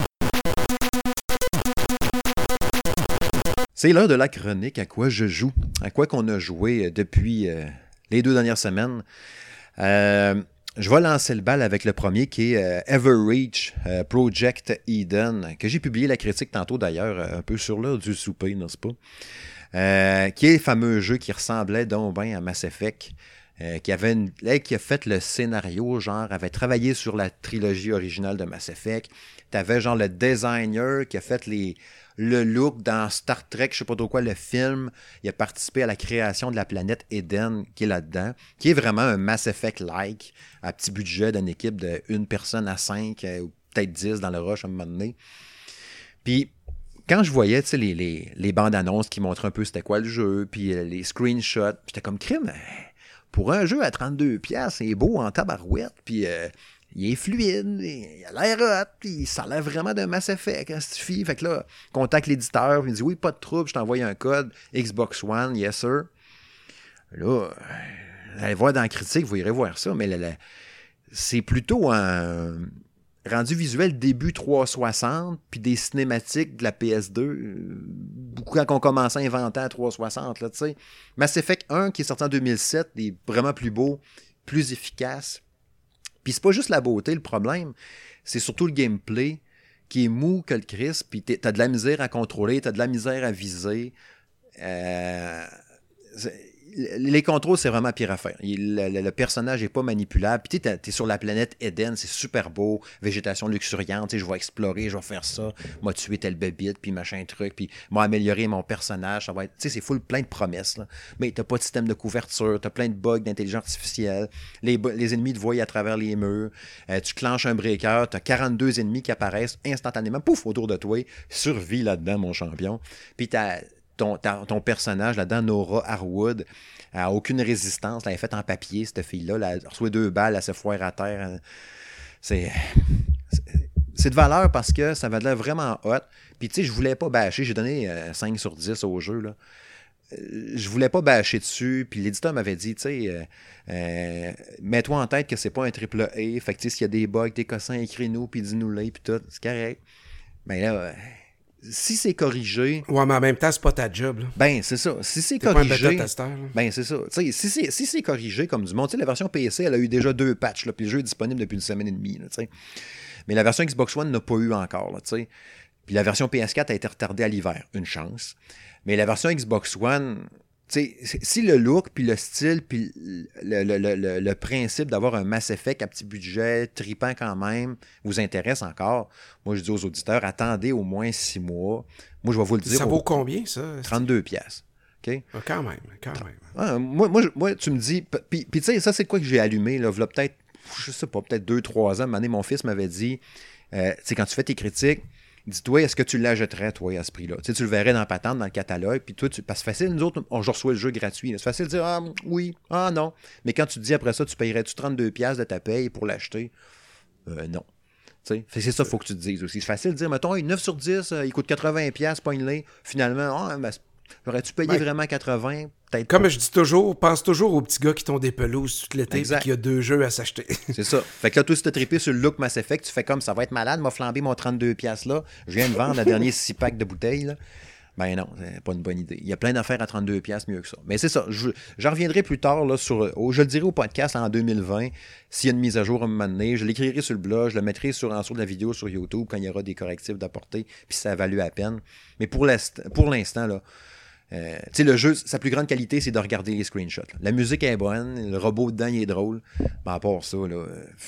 C'est l'heure de la chronique à quoi je joue. À quoi qu'on a joué depuis les 2 dernières semaines. je vais lancer le bal avec le premier qui est Everreach Project Eden, que j'ai publié la critique tantôt d'ailleurs, un peu sur l'heure du souper, n'est-ce pas? Qui est le fameux jeu qui ressemblait donc bien à Mass Effect, qui a fait le scénario, genre, avait travaillé sur la trilogie originale de Mass Effect. T'avais genre le designer qui a fait le look dans Star Trek, je sais pas trop quoi, le film. Il a participé à la création de la planète Eden qui est là-dedans, qui est vraiment un Mass Effect-like, à petit budget d'une équipe de 1 personne à 5, ou peut-être 10 dans le rush à un moment donné. Puis, quand je voyais les bandes annonces qui montraient un peu c'était quoi le jeu, puis les screenshots, j'étais comme crime. Pour un jeu à 32$, c'est beau en tabarouette, puis il est fluide, il a l'air hot, puis ça a l'air vraiment de Mass Effect, hein, suffit. Fait que là, contacte l'éditeur, il dit oui, pas de trouble, je t'envoie un code, Xbox One, yes sir. Là, allez voir dans la critique, vous irez voir ça, mais c'est plutôt un rendu visuel début 360, puis des cinématiques de la PS2, beaucoup quand on commençait à inventer à 360, là, tu sais. Mass Effect 1, qui est sorti en 2007, est vraiment plus beau, plus efficace. Puis c'est pas juste la beauté, le problème, c'est surtout le gameplay, qui est mou que le Chris, puis t'as de la misère à contrôler, t'as de la misère à viser. Les contrôles, c'est vraiment pire à faire. Le personnage n'est pas manipulable. Puis tu es sur la planète Eden, c'est super beau, végétation luxuriante. Je vais explorer, je vais faire ça, m'a tué tel bébite, puis machin truc, puis m'a amélioré mon personnage. Ça va être, c'est full plein de promesses. Là. Mais tu n'as pas de système de couverture, tu as plein de bugs d'intelligence artificielle. Les ennemis te voient à travers les murs. Tu clenches un breaker, tu as 42 ennemis qui apparaissent instantanément, pouf, autour de toi. Survie là-dedans, mon champion. Puis ton personnage là-dedans, Nora Harwood, n'a aucune résistance. Elle est faite en papier, cette fille-là. Elle reçoit 2 balles, elle se foire à terre. C'est de valeur parce que ça va de l'air vraiment hot. Puis, tu sais, je voulais pas bâcher. J'ai donné 5 sur 10 au jeu, là. Je voulais pas bâcher dessus. Puis l'éditeur m'avait dit, tu sais, mets-toi en tête que c'est pas un triple A. Fait que, tu sais, s'il y a des bugs, tes cossins, écris-nous, puis dis-nous-les, puis tout. C'est correct. Mais là... si c'est corrigé... Ouais, mais en même temps, c'est pas ta job. Là. Ben, c'est ça. Si c'est T'es corrigé... pas un bêta-testeur. Ben, c'est ça. Si c'est corrigé comme du monde... Tu sais, la version PC, elle a eu déjà 2 patchs, là, puis le jeu est disponible depuis 1 semaine et demie, là, tu sais. Mais la version Xbox One n'a pas eu encore, là, tu sais. Puis la version PS4 a été retardée à l'hiver. Une chance. Mais la version Xbox One... Tu sais, si le look, puis le style, puis le principe d'avoir un Mass Effect à petit budget, tripant quand même, vous intéresse encore, moi je dis aux auditeurs, attendez au moins 6 mois. Moi je vais vous le dire. Ça vaut combien ça? 32$. Okay? Ah, quand même. Ah, moi, tu me dis, puis tu sais, ça c'est quoi que j'ai allumé, là, peut-être, je sais pas, peut-être 2-3 ans, une année, mon fils m'avait dit, tu sais, quand tu fais tes critiques, dis-toi, est-ce que tu l'achèterais, toi, à ce prix-là? Tu sais, tu le verrais dans la patente, dans le catalogue, puis toi, parce que c'est facile, nous autres, je reçois le jeu gratuit. C'est facile de dire, ah oui, ah non. Mais quand tu te dis après ça, tu payerais-tu 32$ de ta paye pour l'acheter? Non. C'est ça qu'il faut que tu te dises aussi. C'est facile de dire, mettons, 9 sur 10, il coûte 80$, pogne-les. Finalement, j'aurais-tu payé vraiment 80$? Peut-être comme pas. je dis toujours, pense toujours aux petits gars qui t'ont des pelouses tout l'été et qui a 2 jeux à s'acheter. C'est ça. Fait que là, toi, si t'as trippé sur le look Mass Effect, tu fais comme ça va être malade, m'a flambé mon 32$ là. Je viens de vendre la dernière 6 packs de bouteilles. Là. Ben non, c'est pas une bonne idée. Il y a plein d'affaires à 32$ mieux que ça. Mais c'est ça. J'en reviendrai plus tard là, je le dirai au podcast en 2020. S'il y a une mise à jour à un moment donné, je l'écrirai sur le blog, je le mettrai en dessous de la vidéo sur YouTube quand il y aura des correctifs d'apporter, puis ça valut à peine. Mais pour l'instant, là. Tu sais, le jeu, sa plus grande qualité, c'est de regarder les screenshots. Là. La musique est bonne, le robot dedans, il est drôle. Mais à part ça, là,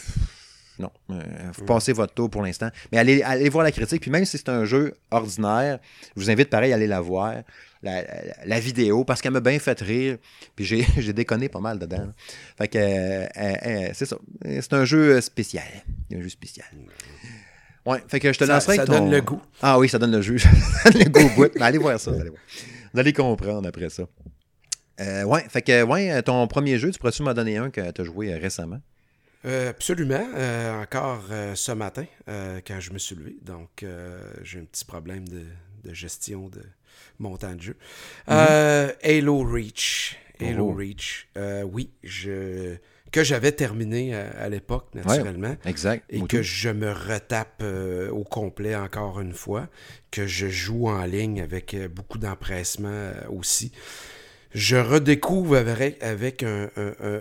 non. Faut passer votre tour pour l'instant. Mais allez voir la critique. Puis même si c'est un jeu ordinaire, je vous invite pareil à aller la voir. La vidéo, parce qu'elle m'a bien fait rire. Puis j'ai déconné pas mal dedans. Là. Fait que c'est ça. C'est un jeu spécial. Un jeu spécial. Ouais, fait que je te lancerai ça donne le goût. Ah oui, ça donne le jeu. Ça donne le goût au bout. Mais allez voir ça. Vous allez comprendre après ça. Fait que, ton premier jeu, tu pourrais-tu m'en donner un que tu as joué récemment? Absolument. Encore ce matin, quand je me suis levé. Donc, j'ai un petit problème de gestion de mon temps de jeu. Halo Reach. Reach. Oui, que j'avais terminé à l'époque, naturellement. Ouais, exact. Et que je me retape au complet encore une fois. Que je joue en ligne avec beaucoup d'empressement aussi. je redécouvre avec un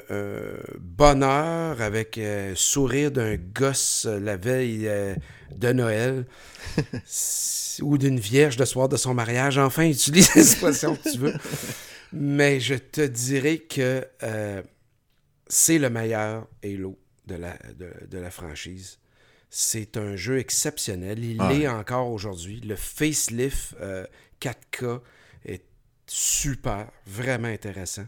bonheur, avec sourire d'un gosse la veille de Noël ou d'une vierge le soir de son mariage. Enfin, utilise l'expression que tu veux. Mais je te dirais que c'est le meilleur Halo de la franchise. C'est un jeu exceptionnel. Il l'est encore aujourd'hui. Le facelift 4K est super, vraiment intéressant.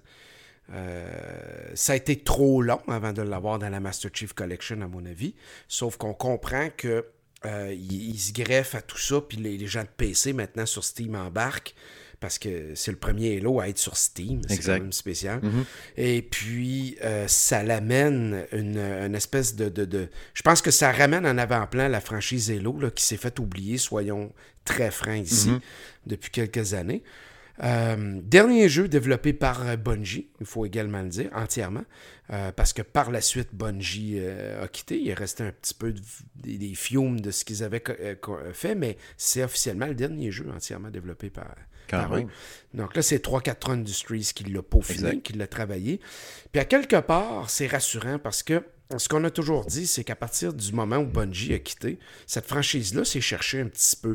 Ça a été trop long avant de l'avoir dans la Master Chief Collection, à mon avis. Sauf qu'on comprend que il se greffe à tout ça, puis les gens de PC maintenant sur Steam embarquent. Parce que c'est le premier Halo à être sur Steam. C'est quand même spécial. Mm-hmm. Et puis, ça l'amène une espèce de... Je pense que ça ramène en avant-plan la franchise Halo, là, qui s'est fait oublier, soyons très francs ici, depuis quelques années. Dernier jeu développé par Bungie, il faut également le dire, entièrement, parce que par la suite, Bungie a quitté. Il restait un petit peu des fumes de ce qu'ils avaient fait, mais c'est officiellement le dernier jeu entièrement développé par eux. Donc là, c'est 343 Industries qui l'a peaufiné, qui l'a travaillé. Puis à quelque part, c'est rassurant parce que ce qu'on a toujours dit, c'est qu'à partir du moment où Bungie a quitté, cette franchise-là s'est cherchée un petit peu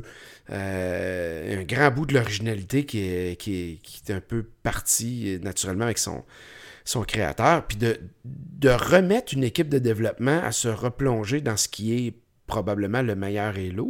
un grand bout de l'originalité qui est un peu parti naturellement avec son créateur, puis de remettre une équipe de développement à se replonger dans ce qui est probablement le meilleur Halo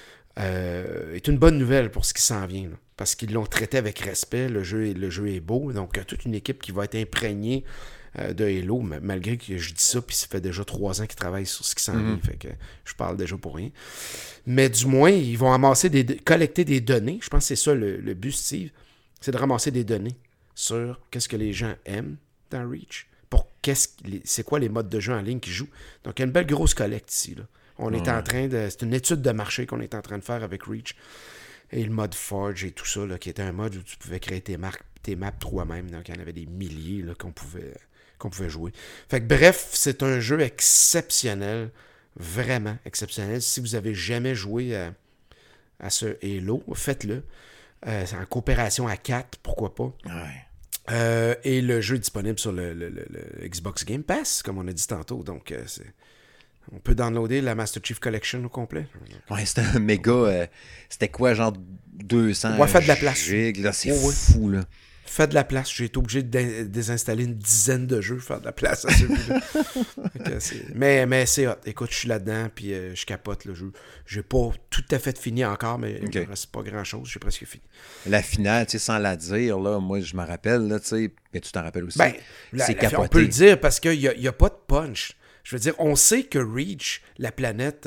est une bonne nouvelle pour ce qui s'en vient, là, parce qu'ils l'ont traité avec respect, le jeu est beau, donc toute une équipe qui va être imprégnée de Halo, malgré que je dis ça, puis ça fait déjà 3 ans qu'ils travaillent sur ce qui s'en vient, fait que je parle déjà pour rien. Mais du moins, ils vont collecter des données, je pense que c'est ça le but, Steve, c'est de ramasser des données sur qu'est-ce que les gens aiment dans Reach, c'est quoi les modes de jeu en ligne qu'ils jouent. Donc, il y a une belle grosse collecte ici, là. C'est une étude de marché qu'on est en train de faire avec Reach. Et le mode Forge et tout ça, là, qui était un mode où tu pouvais créer tes maps toi-même. Donc, il y en avait des milliers là, qu'on pouvait jouer. Fait que bref, c'est un jeu exceptionnel. Vraiment exceptionnel. Si vous avez jamais joué à ce Halo, faites-le. C'est en coopération à 4, pourquoi pas. Ouais. Et le jeu est disponible sur le Xbox Game Pass, comme on a dit tantôt. Donc, on peut downloader la Master Chief Collection au complet. Ouais, c'était un méga... c'était quoi, genre 200 faites de la place. gigs, là, c'est fou, là. Faites de la place. J'ai été obligé de désinstaller une dizaine de jeux, faire de la place à celui-là. mais c'est hot. Écoute, je suis là-dedans, puis je capote le jeu. J'ai pas tout à fait fini encore, mais il ne reste pas grand-chose. J'ai presque fini. La finale, tu sais, sans la dire, là, moi, je me rappelle, là, tu sais, mais tu t'en rappelles aussi. C'est capoté. On peut le dire parce qu'il n'y a pas de punch. Je veux dire, on sait que Reach, la planète,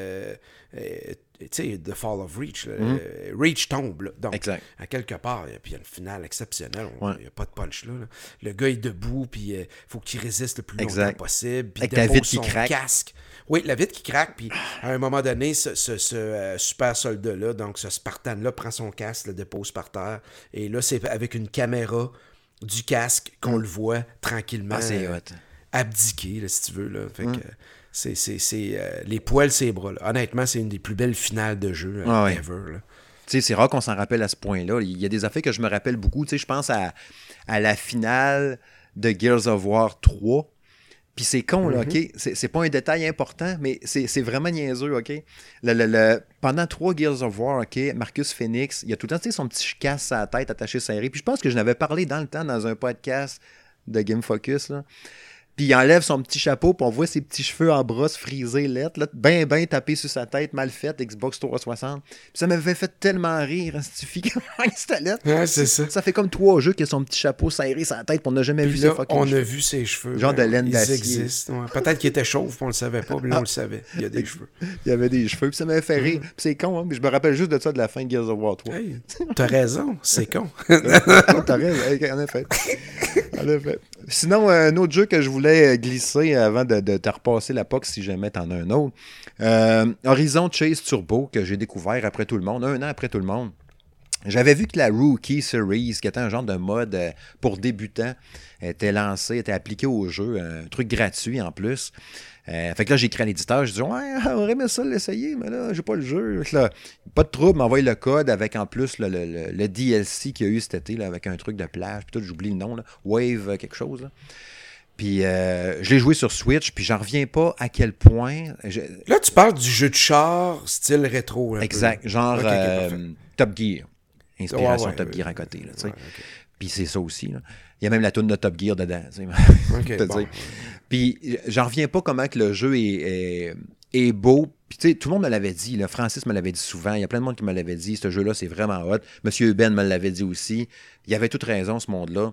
tu sais, The Fall of Reach, Reach tombe. Là. Donc, à quelque part, puis il y a une finale exceptionnelle. Il n'y a pas de punch là. Le gars est debout, puis il faut qu'il résiste le plus longtemps possible. Puis avec la vitre qui craque. Casque. Oui, la vitre qui craque. Puis à un moment donné, ce super soldat-là, donc ce Spartan-là, prend son casque, le dépose par terre. Et là, c'est avec une caméra du casque qu'on le voit tranquillement. C'est hot. Abdiquer, là, si tu veux. Là. Fait que c'est les poils, ses bras. Là. Honnêtement, c'est une des plus belles finales de jeu ever. Là. Tu sais, c'est rare qu'on s'en rappelle à ce point-là. Il y a des affaires que je me rappelle beaucoup. Tu sais, je pense à la finale de Gears of War 3. Puis c'est con, là, OK? C'est pas un détail important, mais c'est vraiment niaiseux, OK? Pendant 3 Gears of War, OK, Marcus Phoenix, il a tout le temps, tu sais, son petit casse à la tête attaché serré. Puis je pense que je n'avais parlé dans le temps dans un podcast de Game Focus, là. Puis il enlève son petit chapeau, puis on voit ses petits cheveux en brosse frisés, là, ben tapés sur sa tête, mal fait, Xbox 360. Puis ça m'avait fait tellement rire, c'était lettre. Ouais, c'est ça. Ça fait comme 3 jeux qui a son petit chapeau serré sur la tête, puis on n'a jamais vu ça. On a vu ses cheveux. Genre de laine d'acier. Ils existent. Ouais. Peut-être qu'il était chauve, puis on le savait pas, mais là, on le savait. Il y a des cheveux. Il y avait des cheveux, puis ça m'avait fait rire. Puis c'est con, hein, mais je me rappelle juste de ça de la fin de Gears of War 3. Hey, t'as raison, c'est con. T'as raison, en effet. Sinon, un autre jeu que je voulais glisser avant de te repasser la POC si jamais t'en as un autre. Horizon Chase Turbo, que j'ai découvert après tout le monde, 1 an après tout le monde. J'avais vu que la Rookie Series, qui était un genre de mode pour débutants, était appliqué au jeu, un truc gratuit en plus. Fait que là, j'ai écrit à l'éditeur, je dis ouais, on aurait aimé ça l'essayer, mais là, j'ai pas le jeu. Fait que là, pas de trouble, m'envoie le code avec en plus le DLC qu'il y a eu cet été, là, avec un truc de plage, puis tout, j'oublie le nom, là, Wave quelque chose. Là. Puis je l'ai joué sur Switch, puis j'en reviens pas à quel point. Là, tu parles du jeu de char style rétro. Exact, genre Top Gear. Inspiration Top Gear à côté. Là, okay. Puis c'est ça aussi. Là. Il y a même la toune de Top Gear dedans. Bon. Puis j'en reviens pas comment que le jeu est beau. Puis tu sais, tout le monde me l'avait dit. Là. Francis me l'avait dit souvent. Il y a plein de monde qui me l'avait dit. Ce jeu-là, c'est vraiment hot. Monsieur Ben me l'avait dit aussi. Il avait toute raison, ce monde-là.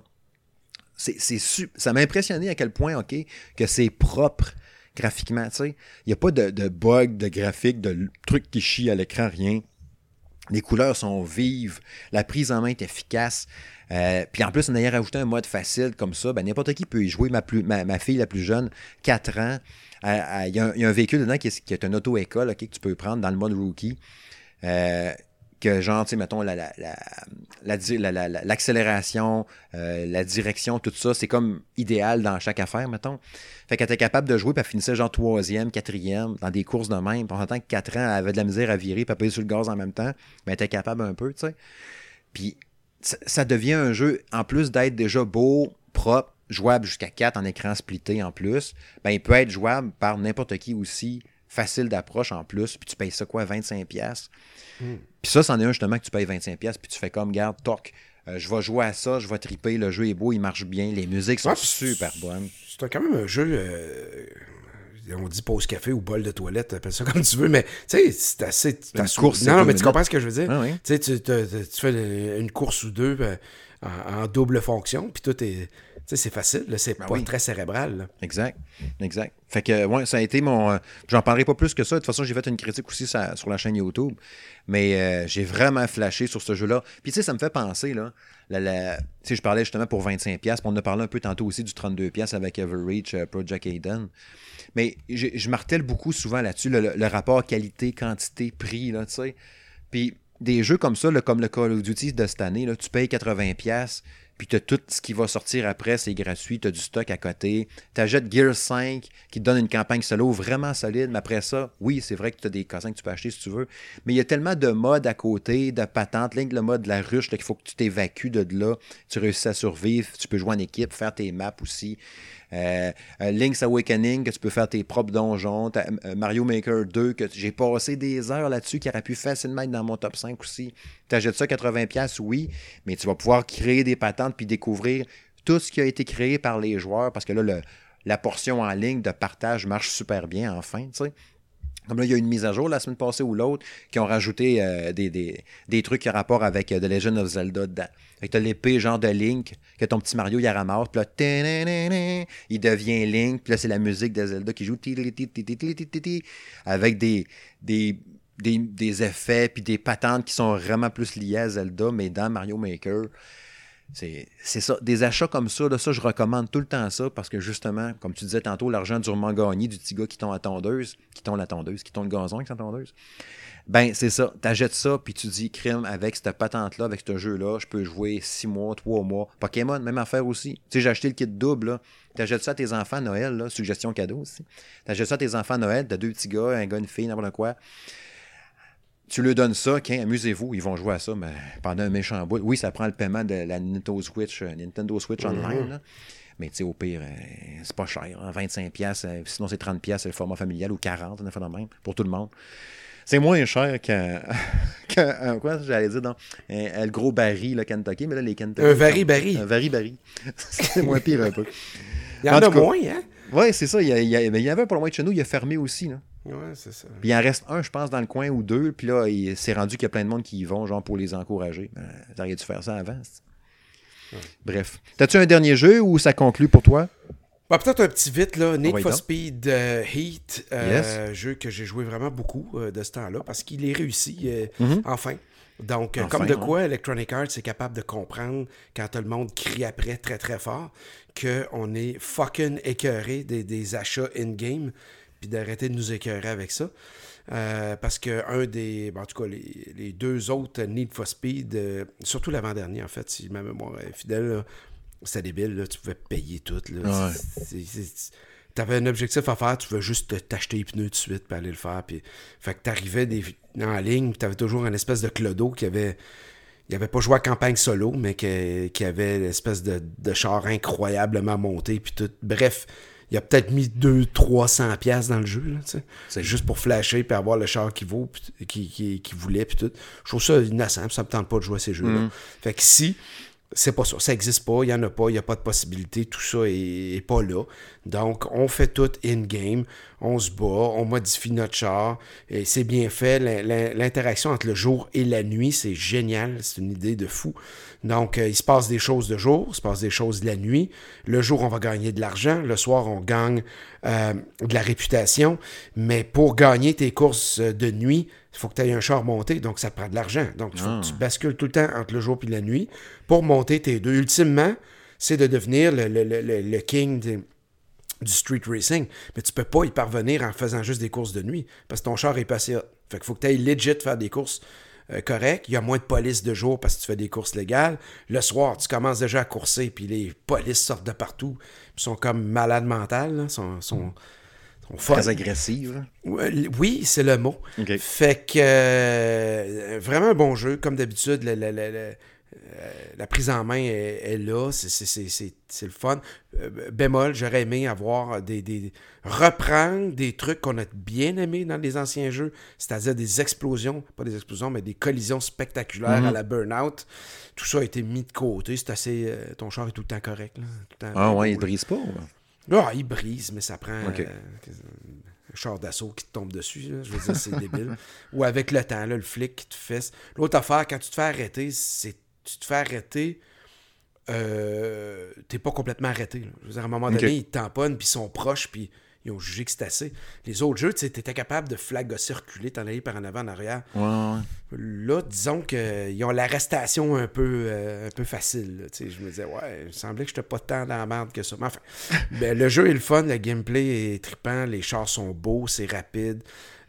Ça m'a impressionné à quel point, OK, que c'est propre graphiquement, tu sais. Il n'y a pas de bug, de graphique, de trucs qui chient à l'écran, rien. Les couleurs sont vives, la prise en main est efficace. Puis en plus, on a rajouté un mode facile comme ça, ben, n'importe qui peut y jouer. Ma fille la plus jeune, 4 ans, il y a un véhicule dedans qui est une auto-école, OK, que tu peux prendre dans le mode rookie. Que genre, tu sais, mettons, l'accélération, la direction, tout ça, c'est comme idéal dans chaque affaire, mettons. Fait qu'elle était capable de jouer, puis elle finissait genre 3e, 4e, dans des courses de même. Puis en tant que 4 ans, elle avait de la misère à virer, puis à peser sur le gaz en même temps, mais elle était capable un peu, tu sais. Puis ça devient un jeu, en plus d'être déjà beau, propre, jouable jusqu'à 4 en écran splitté en plus, ben il peut être jouable par n'importe qui aussi, facile d'approche en plus, puis tu payes ça quoi, 25$. Puis ça, c'en est un justement que tu payes 25$, puis tu fais comme, garde, toc, je vais jouer à ça, je vais triper, le jeu est beau, il marche bien, les musiques sont super bonnes. C'est quand même un jeu, on dit pause café ou bol de toilette, appelle ça comme tu veux, mais tu sais, c'est assez... course, non, mais tu comprends ce que je veux dire? Ah, oui. Tu sais, tu fais une course ou deux en double fonction, puis tout est... Tu sais, c'est facile, là, c'est pas très cérébral. Là. Exact. Fait que, ouais, ça a été mon... j'en parlerai pas plus que ça. De toute façon, j'ai fait une critique aussi sur la chaîne YouTube. Mais j'ai vraiment flashé sur ce jeu-là. Puis, tu sais, ça me fait penser, là... Tu sais, je parlais justement pour 25$. Puis on a parlé un peu tantôt aussi du 32$ avec Everreach, Project Aiden. Mais je martèle beaucoup souvent là-dessus, le rapport qualité, quantité, prix, là, tu sais. Puis des jeux comme ça, là, comme le Call of Duty de cette année, là, tu payes 80$, puis tu as tout ce qui va sortir après, c'est gratuit, tu as du stock à côté. Tu achètes Gears 5 qui te donne une campagne solo vraiment solide, mais après ça, oui, c'est vrai que tu as des cassins que tu peux acheter si tu veux, mais il y a tellement de modes à côté, de patentes, le mode de la ruche, là, qu'il faut que tu t'évacues de là, tu réussis à survivre, tu peux jouer en équipe, faire tes maps aussi. Link's Awakening, que tu peux faire tes propres donjons. Mario Maker 2, que j'ai passé des heures là-dessus, qui aurait pu facilement être dans mon top 5 aussi. Tu achètes ça 80$, oui, mais tu vas pouvoir créer des patentes puis découvrir tout ce qui a été créé par les joueurs, parce que là, la portion en ligne de partage marche super bien, enfin, tu sais. Comme là, il y a une mise à jour la semaine passée ou l'autre qui ont rajouté des trucs qui ont rapport avec The Legend of Zelda dedans. Fait que t'as l'épée genre de Link, que ton petit Mario, il ramasse, puis là, il devient Link, puis là, c'est la musique de Zelda qui joue avec des effets puis des patentes qui sont vraiment plus liées à Zelda, mais dans Mario Maker. C'est ça. Des achats comme ça, là, ça, je recommande tout le temps ça parce que justement, comme tu disais tantôt, l'argent durement gagné du petit gars qui tombe la tondeuse, qui tombe le gazon avec sa tondeuse. Ben, c'est ça. T'achètes ça, puis tu dis, crime, avec cette patente-là, avec ce jeu-là, je peux jouer 6 mois, 3 mois. Pokémon, même affaire aussi. Tu sais, j'ai acheté le kit double, là. T'achètes ça à tes enfants à Noël, là. Suggestion cadeau aussi. T'achètes ça à tes enfants à Noël, t'as 2 petits gars, un gars, une fille, n'importe quoi. Tu leur donnes ça, amusez-vous, ils vont jouer à ça mais pendant un méchant bout. Oui, ça prend le paiement de la Nintendo Switch Online, là. Mais tu sais, au pire, c'est pas cher. Hein, 25$, sinon c'est 30$, c'est le format familial, ou 40$, on a fait de même, pour tout le monde. C'est moins cher qu'un quoi, j'allais dire, non, le gros baril, le Kentucky, mais là, les Kentucky... Un vari-bari. Un vari-bari. C'est moins pire un peu. Il y en a moins, hein? Oui, c'est ça. Il y avait un pas loin de chez nous, il a fermé aussi, là. Ouais, c'est ça. Puis il en reste un, je pense, dans le coin ou deux. Puis là, c'est rendu qu'il y a plein de monde qui y vont, genre pour les encourager. T'aurais dû faire ça avant. Ouais. Bref. T'as-tu un dernier jeu ou ça conclut pour toi? Bah, peut-être un petit vite, là. Need for Speed Heat. Yes. Jeu que j'ai joué vraiment beaucoup de ce temps-là parce qu'il est réussi, enfin. Donc, comme de quoi Electronic Arts est capable de comprendre quand tout le monde crie après très très fort qu'on est fucking écœuré des achats in-game. Puis d'arrêter de nous écœurer avec ça. Parce que en tout cas, les deux autres Need for Speed, surtout l'avant-dernier, en fait, si ma mémoire est fidèle, là, c'était débile, là, tu pouvais payer tout. Là. Ouais. tu avais un objectif à faire, tu veux juste t'acheter les pneus tout de suite puis aller le faire. Puis, fait que tu arrivais en ligne, tu avais toujours une espèce de clodo qui avait... Il n'avait pas joué à campagne solo, mais qui avait l'espèce de char incroyablement monté. Puis tout. Bref, il a peut-être mis 200-300$ dans le jeu, là, c'est juste pour flasher puis avoir le char qui vaut, qui voulait. Puis tout. Je trouve ça innocent, ça me tente pas de jouer à ces jeux-là. Fait que si... C'est pas ça. Ça n'existe pas. Il n'y en a pas. Il n'y a pas de possibilité. Tout ça est pas là. Donc, on fait tout in-game. On se bat. On modifie notre char. Et c'est bien fait. L'interaction entre le jour et la nuit, c'est génial. C'est une idée de fou. Donc, il se passe des choses de jour. Il se passe des choses de la nuit. Le jour, on va gagner de l'argent. Le soir, on gagne de la réputation. Mais pour gagner tes courses de nuit, il faut que tu aies un char monté, donc ça te prend de l'argent. Donc, il faut que tu bascules tout le temps entre le jour et la nuit pour monter tes deux. Ultimement, c'est de devenir le king du street racing. Mais tu peux pas y parvenir en faisant juste des courses de nuit, parce que ton char est passé hot. Fait qu'il faut que tu ailles legit faire des courses correctes. Il y a moins de police de jour parce que tu fais des courses légales. Le soir, tu commences déjà à courser, puis les polices sortent de partout. Ils sont comme malades mentales, là. Sont très agressive. Oui, c'est le mot. Okay. Fait que vraiment un bon jeu. Comme d'habitude, la prise en main est là. C'est le fun. Bémol, j'aurais aimé avoir reprendre des trucs qu'on a bien aimés dans les anciens jeux, c'est-à-dire des explosions, pas des explosions, mais des collisions spectaculaires à la Burnout. Tout ça a été mis de côté. C'est assez... ton char est tout le temps correct. Là. Tout le temps ouais, il brise pas. Ah, il brise, mais ça prend un char d'assaut qui te tombe dessus. Là. Je veux dire, c'est débile. Ou avec le temps, là, le flic qui te fait... L'autre affaire, quand tu te fais arrêter, tu te fais arrêter, t'es pas complètement arrêté. Là. Je veux dire, à un moment donné, ils te tamponnent, puis ils sont proches, puis ils ont jugé que c'était assez. Les autres jeux, tu étais capable de flagosser, reculer, t'en aller par en avant, en arrière. Ouais. Là, disons qu'ils ont l'arrestation un peu facile. Je me disais, ouais, il semblait que j'étais pas tant dans la merde que ça. Mais enfin, le jeu est le fun, le gameplay est trippant, les chars sont beaux, c'est rapide.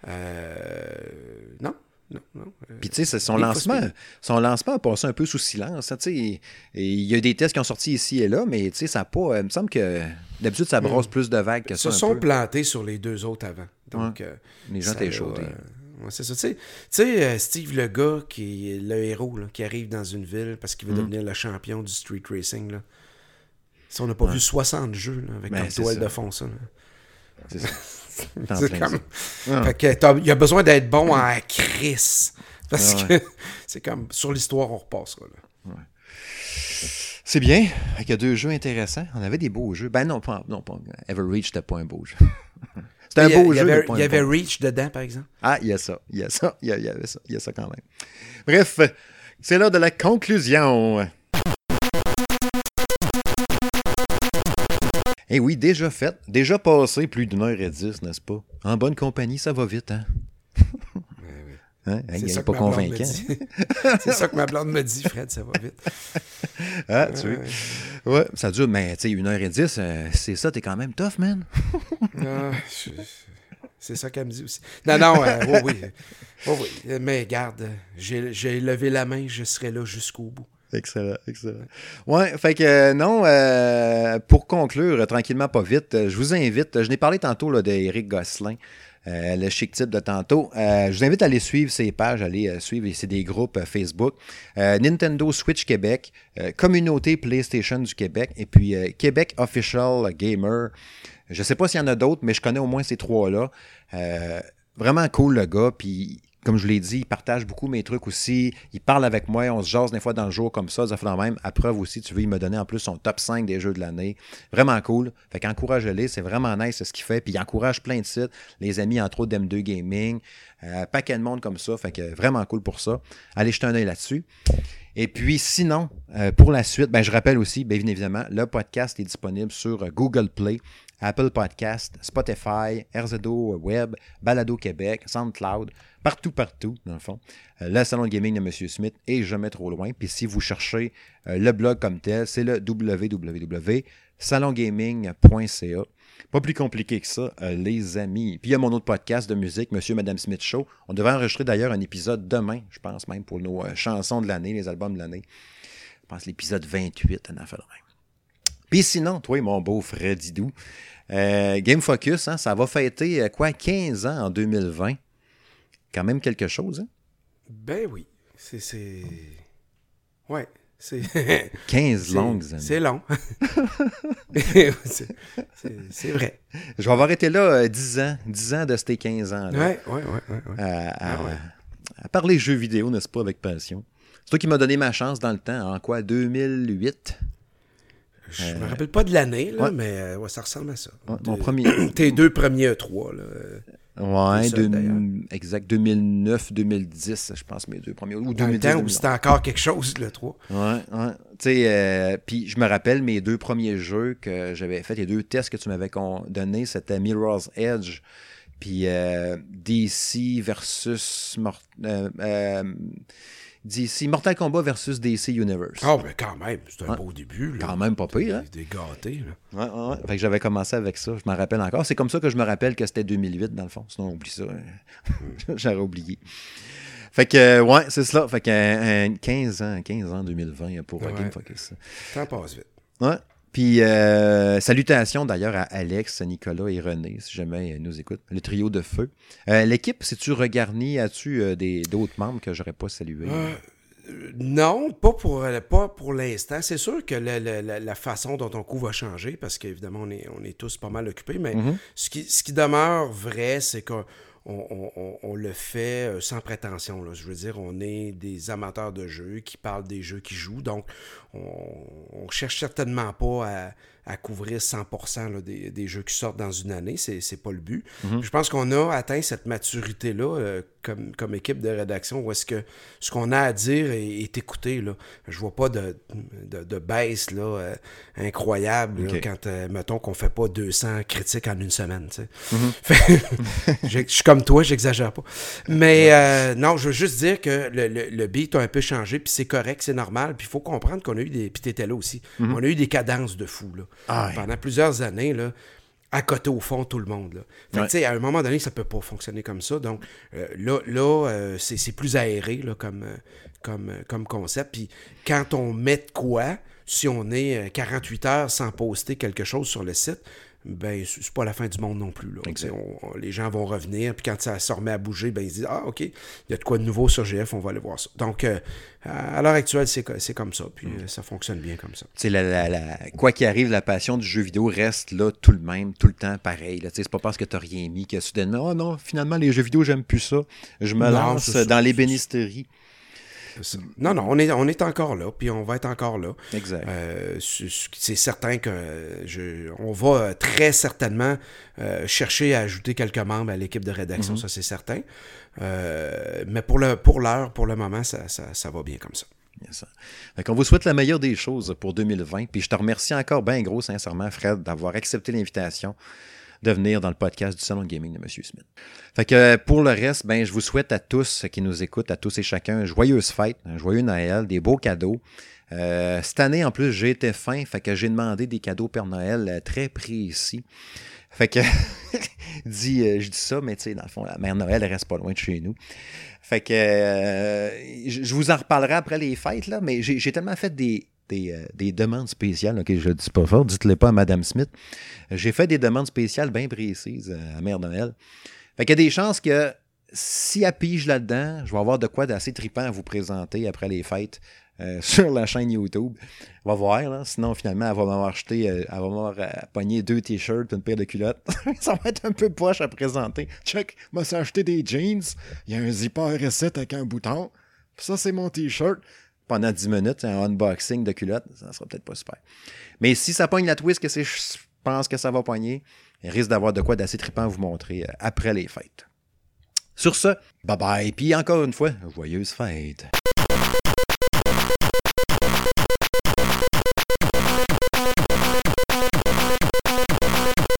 Non. Puis tu sais, son lancement a passé un peu sous silence. Il y a des tests qui ont sorti ici et là, mais tu sais, ça n'a pas... il me semble que d'habitude, ça brosse plus de vagues que ça. Ils se sont plantés sur les deux autres avant. Donc, les gens étaient chaudés. C'est ça. Tu sais, Steve, le gars qui est le héros, là, qui arrive dans une ville parce qu'il veut devenir le champion du street racing. Là. Si on n'a pas vu 60 jeux là, avec comme toile de fond, ça. Là. C'est ça. C'est comme... Fait que il y a besoin d'être bon en Chris. Parce que c'est comme sur l'histoire, on repassera. Là. Ouais. C'est bien. Il y a 2 jeux intéressants. On avait des beaux jeux. Ben non, pas Everreach, c'était pas un beau jeu. C'était un beau jeu. Il y avait Reach dedans, par exemple. Ah, il y a ça. Il y a ça quand même. Bref, c'est l'heure de la conclusion. Eh oui, déjà fait. Déjà passé plus d'1h10, n'est-ce pas? En bonne compagnie, ça va vite, hein? Hein? C'est ça pas convaincant. C'est ça que ma blonde me dit, Fred, ça va vite. Ah, tu vois. Ouais, ça dure, mais tu sais, 1h10, c'est ça, t'es quand même tough, man. C'est ça qu'elle me dit aussi. Non, oui. Mais garde, j'ai levé la main, je serai là jusqu'au bout. Excellent. Ouais, fait que pour conclure, tranquillement, pas vite, je vous invite, je n'ai parlé tantôt là, d'Éric Gosselin, le chic type de tantôt. Je vous invite à aller suivre ses pages, aller suivre, c'est des groupes Facebook. Nintendo Switch Québec, Communauté PlayStation du Québec, et puis Québec Official Gamer. Je ne sais pas s'il y en a d'autres, mais je connais au moins ces 3-là. Vraiment cool, le gars, puis... Comme je vous l'ai dit, il partage beaucoup mes trucs aussi. Il parle avec moi, on se jase des fois dans le jour comme ça fait même. À preuve aussi, tu veux, il m'a donné en plus son top 5 des jeux de l'année. Vraiment cool. Fait qu'encouragez-les, c'est vraiment nice ce qu'il fait. Puis il encourage plein de sites. Les amis, entre autres, d'M2 Gaming. Paquet de monde comme ça. Fait que vraiment cool pour ça. Allez jeter un œil là-dessus. Et puis sinon, pour la suite, je rappelle aussi, bien évidemment, le podcast est disponible sur Google Play, Apple Podcast, Spotify, RZO Web, Balado Québec, SoundCloud, partout, dans le fond. Le salon de gaming de M. Smith est jamais trop loin. Puis si vous cherchez le blog comme tel, c'est le www.salongaming.ca. Pas plus compliqué que ça, les amis. Puis il y a mon autre podcast de musique, Monsieur Madame Smith Show. On devrait enregistrer d'ailleurs un épisode demain, je pense même, pour nos chansons de l'année, les albums de l'année. Je pense l'épisode 28, en affaire de même. Puis sinon, toi, mon beau Fredidou, Game Focus, hein, ça va fêter 15 ans en 2020. Quand même quelque chose, hein? Ben oui. Ouais. 15 longues années. C'est long. c'est vrai. Je vais avoir été là 10 ans. 10 ans de ces 15 ans. Ouais. À parler jeux vidéo, n'est-ce pas, avec passion. C'est toi qui m'as donné ma chance dans le temps. En quoi? 2008? Je me rappelle pas de l'année, là, mais ça ressemble à ça. Ouais, mon premier... Tes 2 premiers E3, là. Ouais, exact. 2009-2010, je pense, mes 2 premiers. Ou dans 2010, le temps où c'était encore quelque chose, le 3. Ouais. Tu sais, puis je me rappelle mes 2 premiers jeux que j'avais fait, les 2 tests que tu m'avais donnés, c'était Mirror's Edge, puis DC versus... DC, Mortal Kombat versus DC Universe. Ah, ben quand même, c'est un beau début. Là. Quand même pas pire, hein? Des gâtés, là. Ouais. Fait que j'avais commencé avec ça, je m'en rappelle encore. C'est comme ça que je me rappelle que c'était 2008, dans le fond. Sinon, on oublie ça. J'aurais oublié. Fait que, ouais, c'est cela. Fait que 15 ans 2020 pour Game Focus. Ça passe vite. Ouais. Puis, salutations d'ailleurs à Alex, Nicolas et René, si jamais ils nous écoutent. Le trio de feu. L'équipe, si-tu regarni, as-tu d'autres membres que j'aurais pas salués? Non, pas pour l'instant. C'est sûr que la façon dont on couvre va changer parce qu'évidemment, on est tous pas mal occupés, mais ce qui demeure vrai, c'est qu'on le fait sans prétention. Là. Je veux dire, on est des amateurs de jeux qui parlent des jeux qu'ils jouent, donc on cherche certainement pas à couvrir 100% là, des jeux qui sortent dans une année. C'est pas le but. Je pense qu'on a atteint cette maturité-là comme équipe de rédaction où est-ce que ce qu'on a à dire est écouté. Là. Je vois pas de baisse là, incroyable là, quand, mettons, qu'on fait pas 200 critiques en une semaine. Tu sais. Je suis comme toi, j'exagère pas. Mais non, je veux juste dire que le beat a un peu changé, puis c'est correct, c'est normal, puis il faut comprendre qu'on a eu des... Puis t'étais là aussi. On a eu des cadences de fou, là. Pendant plusieurs années, là, à côté au fond, tout le monde. Là. Fait que, tu sais, à un moment donné, ça peut pas fonctionner comme ça. Donc, là c'est plus aéré là, comme concept. Puis quand on met de quoi, si on est 48 heures sans poster quelque chose sur le site, ben c'est pas la fin du monde non plus. Là. Les gens vont revenir, puis quand ça se remet à bouger, ben ils se disent « Ah, OK, il y a de quoi de nouveau sur GF, on va aller voir ça. » Donc, à l'heure actuelle, c'est comme ça, puis ça fonctionne bien comme ça. Tu sais, quoi qu'il arrive, la passion du jeu vidéo reste là tout le même, tout le temps pareil. Là. C'est pas parce que t'as rien mis que soudainement « Oh non, finalement, les jeux vidéo, j'aime plus ça. Je me lance dans l'ébénisterie. » Non, on est encore là, puis on va être encore là. Exact. C'est certain que on va très certainement chercher à ajouter quelques membres à l'équipe de rédaction, ça c'est certain. Mais pour l'heure, pour le moment, ça va bien comme ça. Yes. Fait qu'on vous souhaite la meilleure des choses pour 2020. Puis je te remercie encore bien gros, sincèrement, Fred, d'avoir accepté l'invitation de venir dans le podcast du Salon de Gaming de M. Smith. Fait que pour le reste, ben, je vous souhaite à tous qui nous écoutent, à tous et chacun, joyeuses fêtes, un joyeux Noël, des beaux cadeaux. Cette année, en plus, j'ai été fin, fait que j'ai demandé des cadeaux Père Noël très précis. Fait que, je dis ça, mais tu sais, dans le fond, la Mère Noël, elle reste pas loin de chez nous. Fait que, je vous en reparlerai après les fêtes, là, mais j'ai tellement fait des demandes spéciales, ok, je ne dis pas fort, dites-le pas à Mme Smith. J'ai fait des demandes spéciales bien précises à Mère Noël. Fait qu'il y a des chances que si elle pige là-dedans, je vais avoir de quoi d'assez trippant à vous présenter après les fêtes sur la chaîne YouTube. On va voir, là. Sinon, finalement, elle va m'avoir acheté, elle va m'avoir pogné 2 t-shirts et une paire de culottes. Ça va être un peu poche à présenter. Check, moi, j'ai acheté des jeans, il y a un zipper R7 avec un bouton. Puis ça, c'est mon t-shirt. Pendant 10 minutes, un unboxing de culottes, ça sera peut-être pas super. Mais si ça pogne la twist que je pense que ça va pogner, il risque d'avoir de quoi d'assez trippant à vous montrer après les fêtes. Sur ce, bye bye, puis encore une fois, joyeuses fêtes.